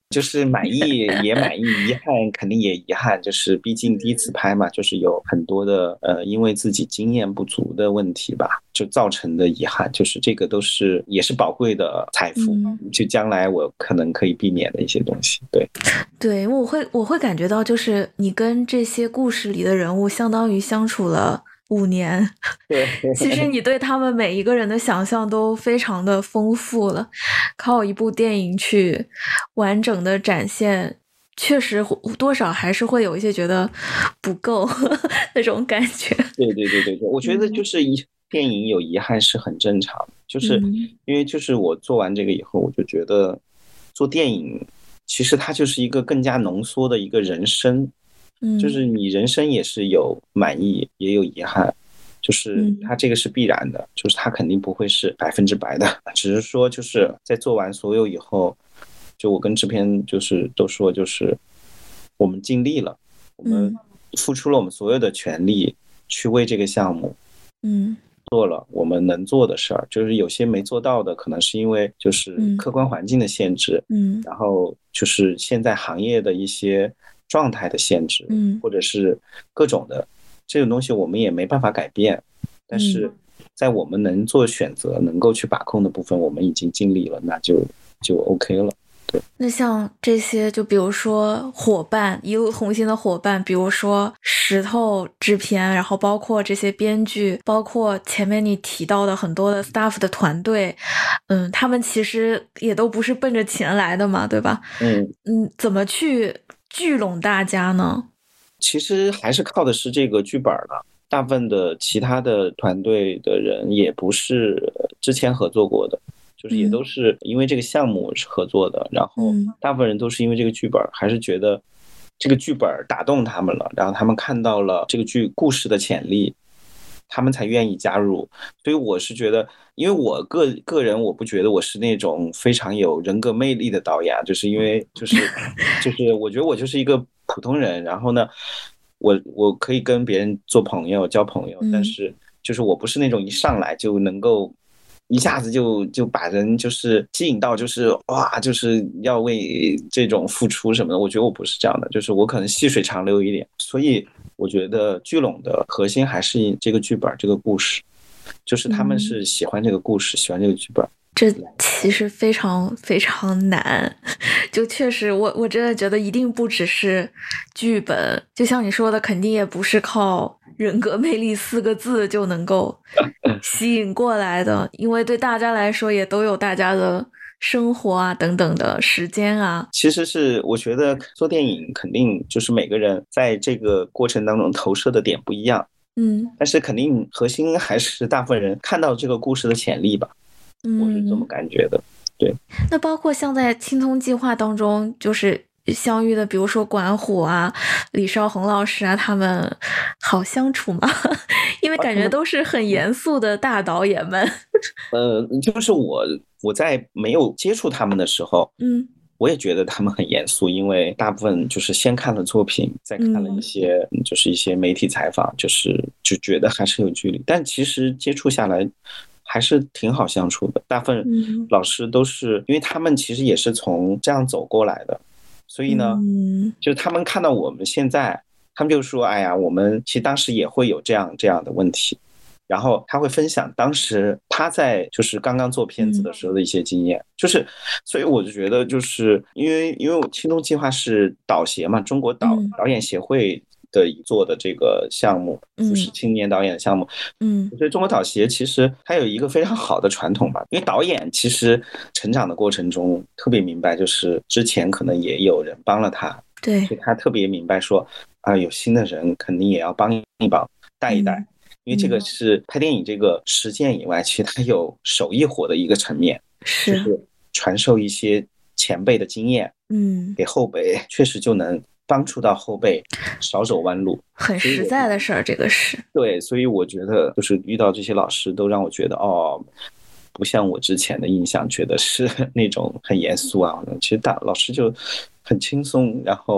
就是满意也满意，遗憾肯定也遗憾，就是毕竟第一次拍嘛，就是有很多的呃，因为自己经验不足的问题吧，就造成的遗憾，就是这个都是也是宝贵的财富，嗯、就将来我可能可以避免的一些东西。对， 对，我会我会感觉到，就是你跟这些故事里的人物相当于相处了五年， 对， 其实你对他们每一个人的想象都非常的丰富了，靠一部电影去完整的展现，确实多少还是会有一些觉得不够那种感觉。 对对对对对，我觉得就是一电影有遗憾是很正常的，就是因为就是我做完这个以后，我就觉得做电影其实它就是一个更加浓缩的一个人生。就是你人生也是有满意也有遗憾，就是它这个是必然的，就是它肯定不会是百分之百的，只是说就是在做完所有以后，就我跟制片就是都说，就是我们尽力了，我们付出了我们所有的全力去为这个项目嗯做了我们能做的事儿，就是有些没做到的可能是因为就是客观环境的限制， 嗯然后就是现在行业的一些状态的限制， 嗯， 或者是各种的这种东西我们也没办法改变，但是在我们能做选择能够去把控的部分我们已经尽力了，那就就 OK 了。对， 那像这些就比如说伙伴，一路同行的伙伴，比如说石头制片，然后包括这些编剧，包括前面你提到的很多的 staff 的团队，嗯，他们其实也都不是奔着钱来的嘛，对吧？ 嗯嗯，怎么去聚拢大家呢？ 其实还是靠的是这个剧本了，大部分的其他的团队的人也不是之前合作过的，就是也都是因为这个项目是合作的，然后大部分人都是因为这个剧本，还是觉得这个剧本打动他们了，然后他们看到了这个剧故事的潜力，他们才愿意加入。所以我是觉得，因为我个个人我不觉得我是那种非常有人格魅力的导演，就是因为就是就是我觉得我就是一个普通人，然后呢我我可以跟别人做朋友交朋友，但是就是我不是那种一上来就能够一下子就就把人就是吸引到，就是哇，就是要为这种付出什么的。我觉得我不是这样的，就是我可能细水长流一点。所以我觉得聚拢的核心还是这个剧本，这个故事，就是他们是喜欢这个故事，喜欢这个剧本。 这其实非常非常难，就确实我我真的觉得一定不只是剧本，就像你说的，肯定也不是靠人格魅力四个字就能够吸引过来的，因为对大家来说也都有大家的生活啊等等的时间啊。 其实是我觉得做电影肯定就是每个人在这个过程当中投射的点不一样， 嗯， 但是肯定核心还是大部分人看到这个故事的潜力吧。我是这么感觉的。对， 那包括像在青铜计划当中就是相遇的，比如说管虎啊、李少红老师啊，他们好相处吗？因为感觉都是很严肃的大导演们。 呃，就是我我在没有接触他们的时候， 嗯， 我也觉得他们很严肃，因为大部分就是先看了作品，再看了一些、嗯、就是一些媒体采访，就是就觉得还是有距离，但其实接触下来还是挺好相处的。大部分老师都是、嗯、因为他们其实也是从这样走过来的，所以呢、嗯、就是他们看到我们现在，他们就说哎呀，我们其实当时也会有这样这样的问题，然后他会分享当时他在就是刚刚做片子的时候的一些经验、嗯、就是所以我就觉得就是因为因为青铜计划是导协嘛，中国导、嗯、导演协会的做的这个项目，扶持青年导演的项目，嗯，所以中国导协其实它有一个非常好的传统吧，因为导演其实成长的过程中特别明白，就是之前可能也有人帮了他， 对， 所以他特别明白说啊、呃，有新的人肯定也要帮一帮，带一带。嗯，因为这个是拍电影这个实践以外，其实它有手艺活的一个层面， 是就是传授一些前辈的经验， 嗯， 给后辈，确实就能帮助到后辈少走弯路， 很实在的事儿，这个是对，所以我觉得就是遇到这些老师，都让我觉得哦，不像我之前的印象，觉得是那种很严肃啊，其实大老师就很轻松，然后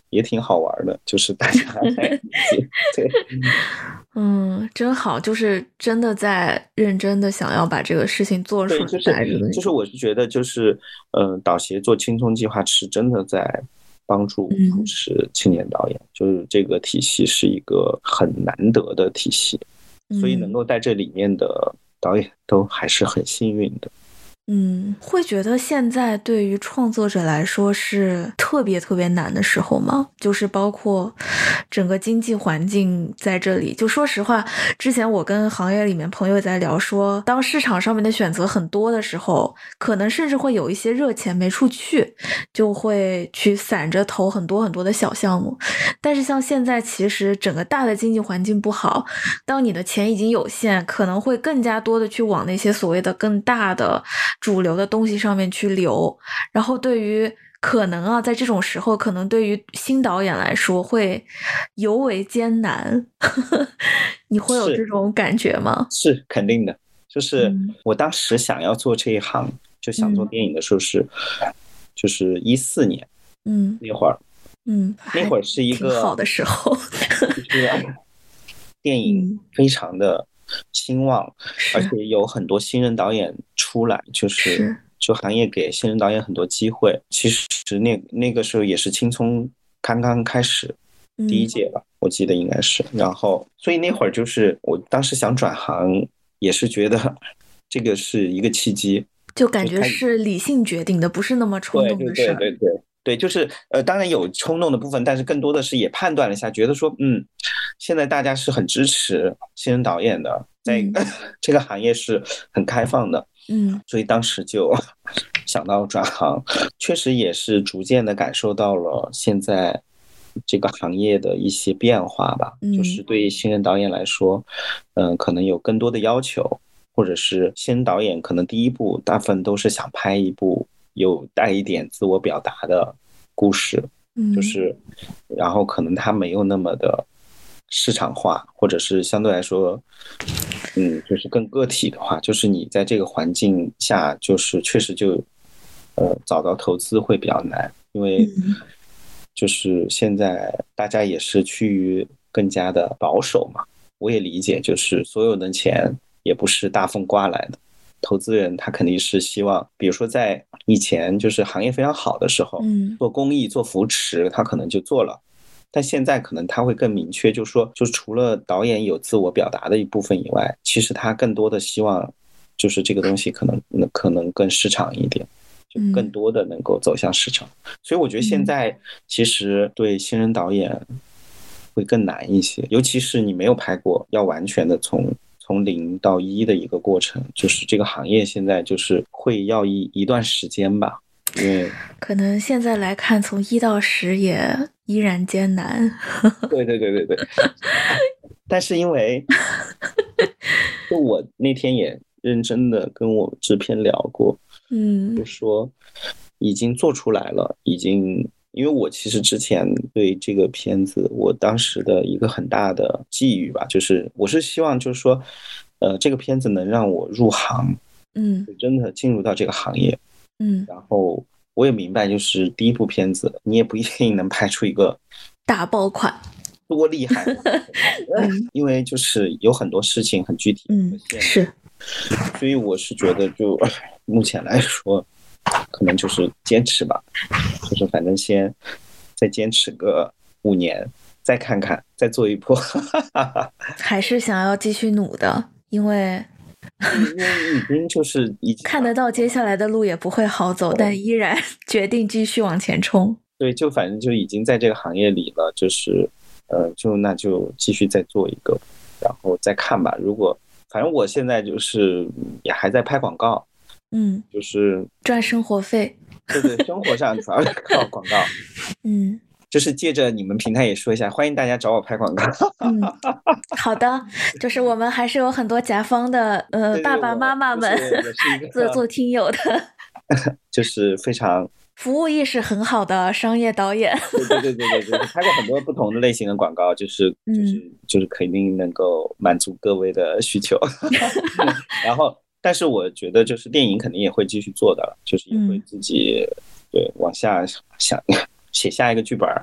也挺好玩的，就是大家在一起对， 嗯，真好，就是真的在认真的想要把这个事情做出来。 对，就是就是我是觉得就是呃，导协做青葱计划是真的在帮助扶持青年导演，嗯、就是这个体系是一个很难得的体系，所以能够在这里面的导演都还是很幸运的。 嗯，会觉得现在对于创作者来说是特别特别难的时候吗？就是包括整个经济环境在这里。就说实话，之前我跟行业里面朋友在聊说，当市场上面的选择很多的时候，可能甚至会有一些热钱没处去，就会去散着投很多很多的小项目。但是像现在，其实整个大的经济环境不好，当你的钱已经有限，可能会更加多的去往那些所谓的更大的主流的东西上面去流，然后对于可能啊，在这种时候，可能对于新导演来说会尤为艰难。你会有这种感觉吗？ 是，是肯定的，就是我当时想要做这一行，就想做电影的时候是，嗯、就是一四年， 嗯， 那会儿， 嗯， 那会儿是一个好的时候， 就是电影非常的兴旺，而且有很多新人导演出来，就是就行业给新人导演很多机会。其实那那个时候也是青葱刚刚开始第一届吧，嗯、我记得应该是。然后所以那会儿就是我当时想转行，也是觉得这个是一个契机， 就感觉是理性决定的，不是那么冲动的事儿。 对对对对对。对，就是呃，当然有冲动的部分，但是更多的是也判断了一下，觉得说，嗯，现在大家是很支持新人导演的，在、嗯、这个行业是很开放的， 嗯， 所以当时就想到转行，确实也是逐渐的感受到了现在这个行业的一些变化吧， 嗯、 就是对于新人导演来说，嗯、呃，可能有更多的要求，或者是新人导演可能第一部大部分都是想拍一部有带一点自我表达的故事，就是，然后可能它没有那么的市场化，或者是相对来说，嗯，就是更个体的话，就是你在这个环境下，就是确实就，呃，找到投资会比较难，因为就是现在大家也是趋于更加的保守嘛，我也理解，就是所有的钱也不是大风刮来的。投资人他肯定是希望，比如说在以前就是行业非常好的时候， 嗯， 做公益做扶持他可能就做了，但现在可能他会更明确，就是说就是除了导演有自我表达的一部分以外，其实他更多的希望就是这个东西可能可能更市场一点，就更多的能够走向市场，嗯、所以我觉得现在其实对新人导演会更难一些，尤其是你没有拍过，要完全的从从零到一的一个过程，就是这个行业现在就是会要一一段时间吧，因为可能现在来看，从一到十也依然艰难。 对对对对对。但是因为，就我那天也认真的跟我制片聊过， 嗯， 就说已经做出来了，已经。因为我其实之前对这个片子，我当时的一个很大的寄语吧，就是我是希望就是说，呃，这个片子能让我入行， 嗯， 真的进入到这个行业， 嗯， 然后我也明白，就是第一部片子你也不一定能拍出一个大爆款， 多厉害，因为就是有很多事情很具体， 嗯，是， 所以我是觉得就目前来说。可能就是坚持吧，就是反正先再坚持个五年，再看看，再做一波。 还是想要继续努的，因为因为已经就是已经看得到接下来的路也不会好走，但依然决定继续往前冲。 对，就反正就已经在这个行业里了，就是呃，就那就继续再做一个，然后再看吧。如果反正我现在就是也还在拍广告。 嗯， 就是赚生活费。 对对，生活上主要是靠广告。 嗯， 就是借着你们平台也说一下，欢迎大家找我拍广告。 嗯，好的，就是我们还是有很多甲方的呃对对爸爸妈妈们做做听友的， 就是非常服务意识很好的商业导演。 对对对对对对，拍过很多不同的类型的广告，就是就是、嗯、就是肯定能够满足各位的需求。然后。但是我觉得，就是电影肯定也会继续做的，就是也会自己、嗯、对往下想写下一个剧本，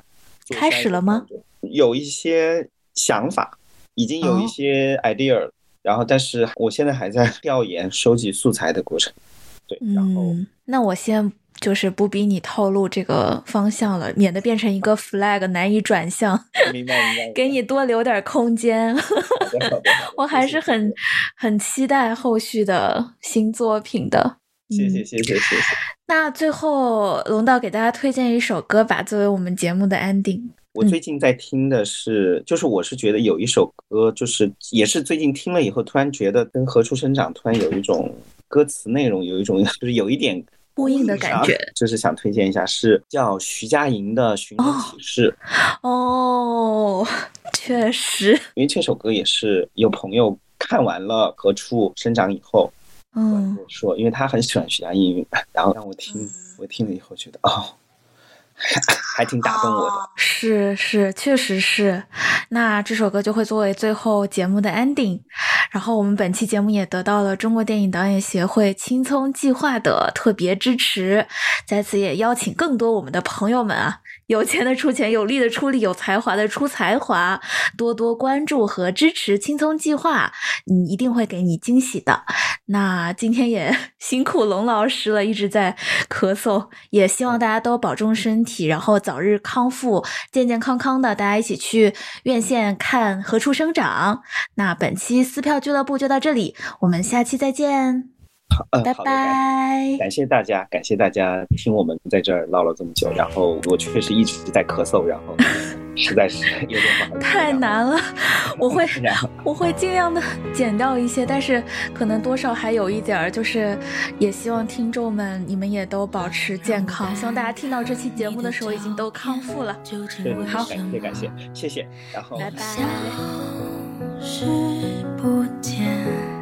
开始了吗？ 有一些想法，已经有一些 idea 了、哦、然后但是我现在还在调研收集素材的过程。对，然后、 嗯、那我先就是不逼你透露这个方向了，免得变成一个 flag 难以转向。 明白明白， 给你多留点空间。 好的好的， 我还是很很期待后续的新作品的。 谢谢谢谢谢谢。 那最后龙道给大家推荐一首歌吧，作为我们节目的 ending。 我最近在听的是、嗯、就是我是觉得有一首歌，就是也是最近听了以后突然觉得跟何处生长突然有一种歌词内容有一种就是有一点呼应的感觉， 就是想推荐一下，是叫徐佳莹的《寻人启事》。 哦，哦确实， 因为这首歌也是有朋友看完了《何处生长》以后，嗯，说因为他很喜欢徐佳莹，然后让我听，我听了以后觉得哦。还挺打动我的、哦、 是是确实是。那这首歌就会作为最后节目的 ending， 然后我们本期节目也得到了中国电影导演协会青葱计划的特别支持，在此也邀请更多我们的朋友们啊，有钱的出钱，有力的出力，有才华的出才华，多多关注和支持青葱计划，嗯，一定会给你惊喜的。那今天也辛苦龙老师了，一直在咳嗽，也希望大家都保重身体，然后早日康复，健健康康的，大家一起去院线看《何处生长》。那本期撕票俱乐部就到这里，我们下期再见。 好、呃， 拜拜！ 感谢大家，感谢大家听我们在这儿唠了这么久。然后我确实一直在咳嗽，然后实在是有点不好意思。 太难了，我会我会尽量的减掉一些，但是可能多少还有一点，就是也希望听众们你们也都保持健康，希望大家听到这期节目的时候已经都康复了。 好，感谢感谢，谢谢。然后拜拜。 视不见。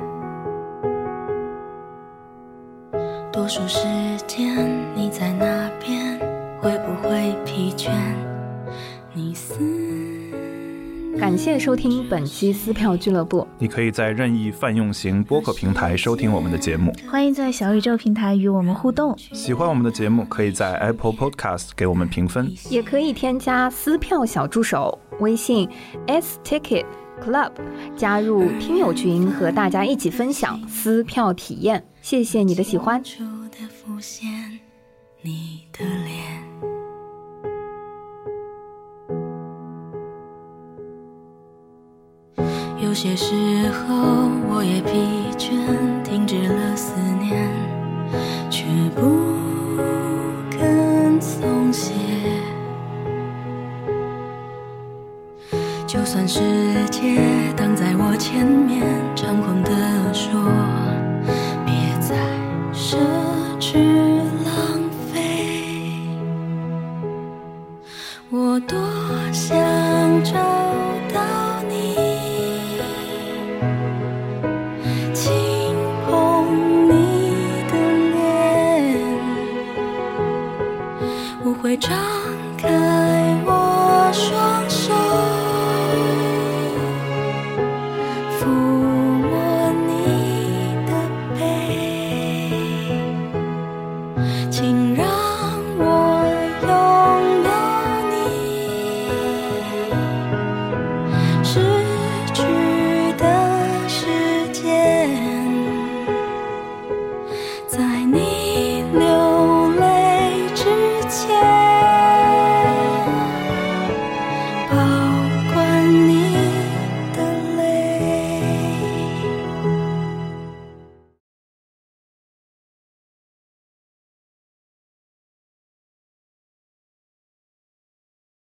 多数时间你在那边，会不会疲倦？你思感谢收听本期撕票俱乐部。 你可以在任意泛用型播客平台收听我们的节目， 欢迎在小宇宙平台与我们互动。 喜欢我们的节目，可以在 Apple Podcast 给我们评分， 也可以添加撕票小助手微信 S Ticket Club， 加入听友群，和大家一起分享撕票体验。谢谢你的喜欢。 浮现你的脸，有些时候我也疲倦。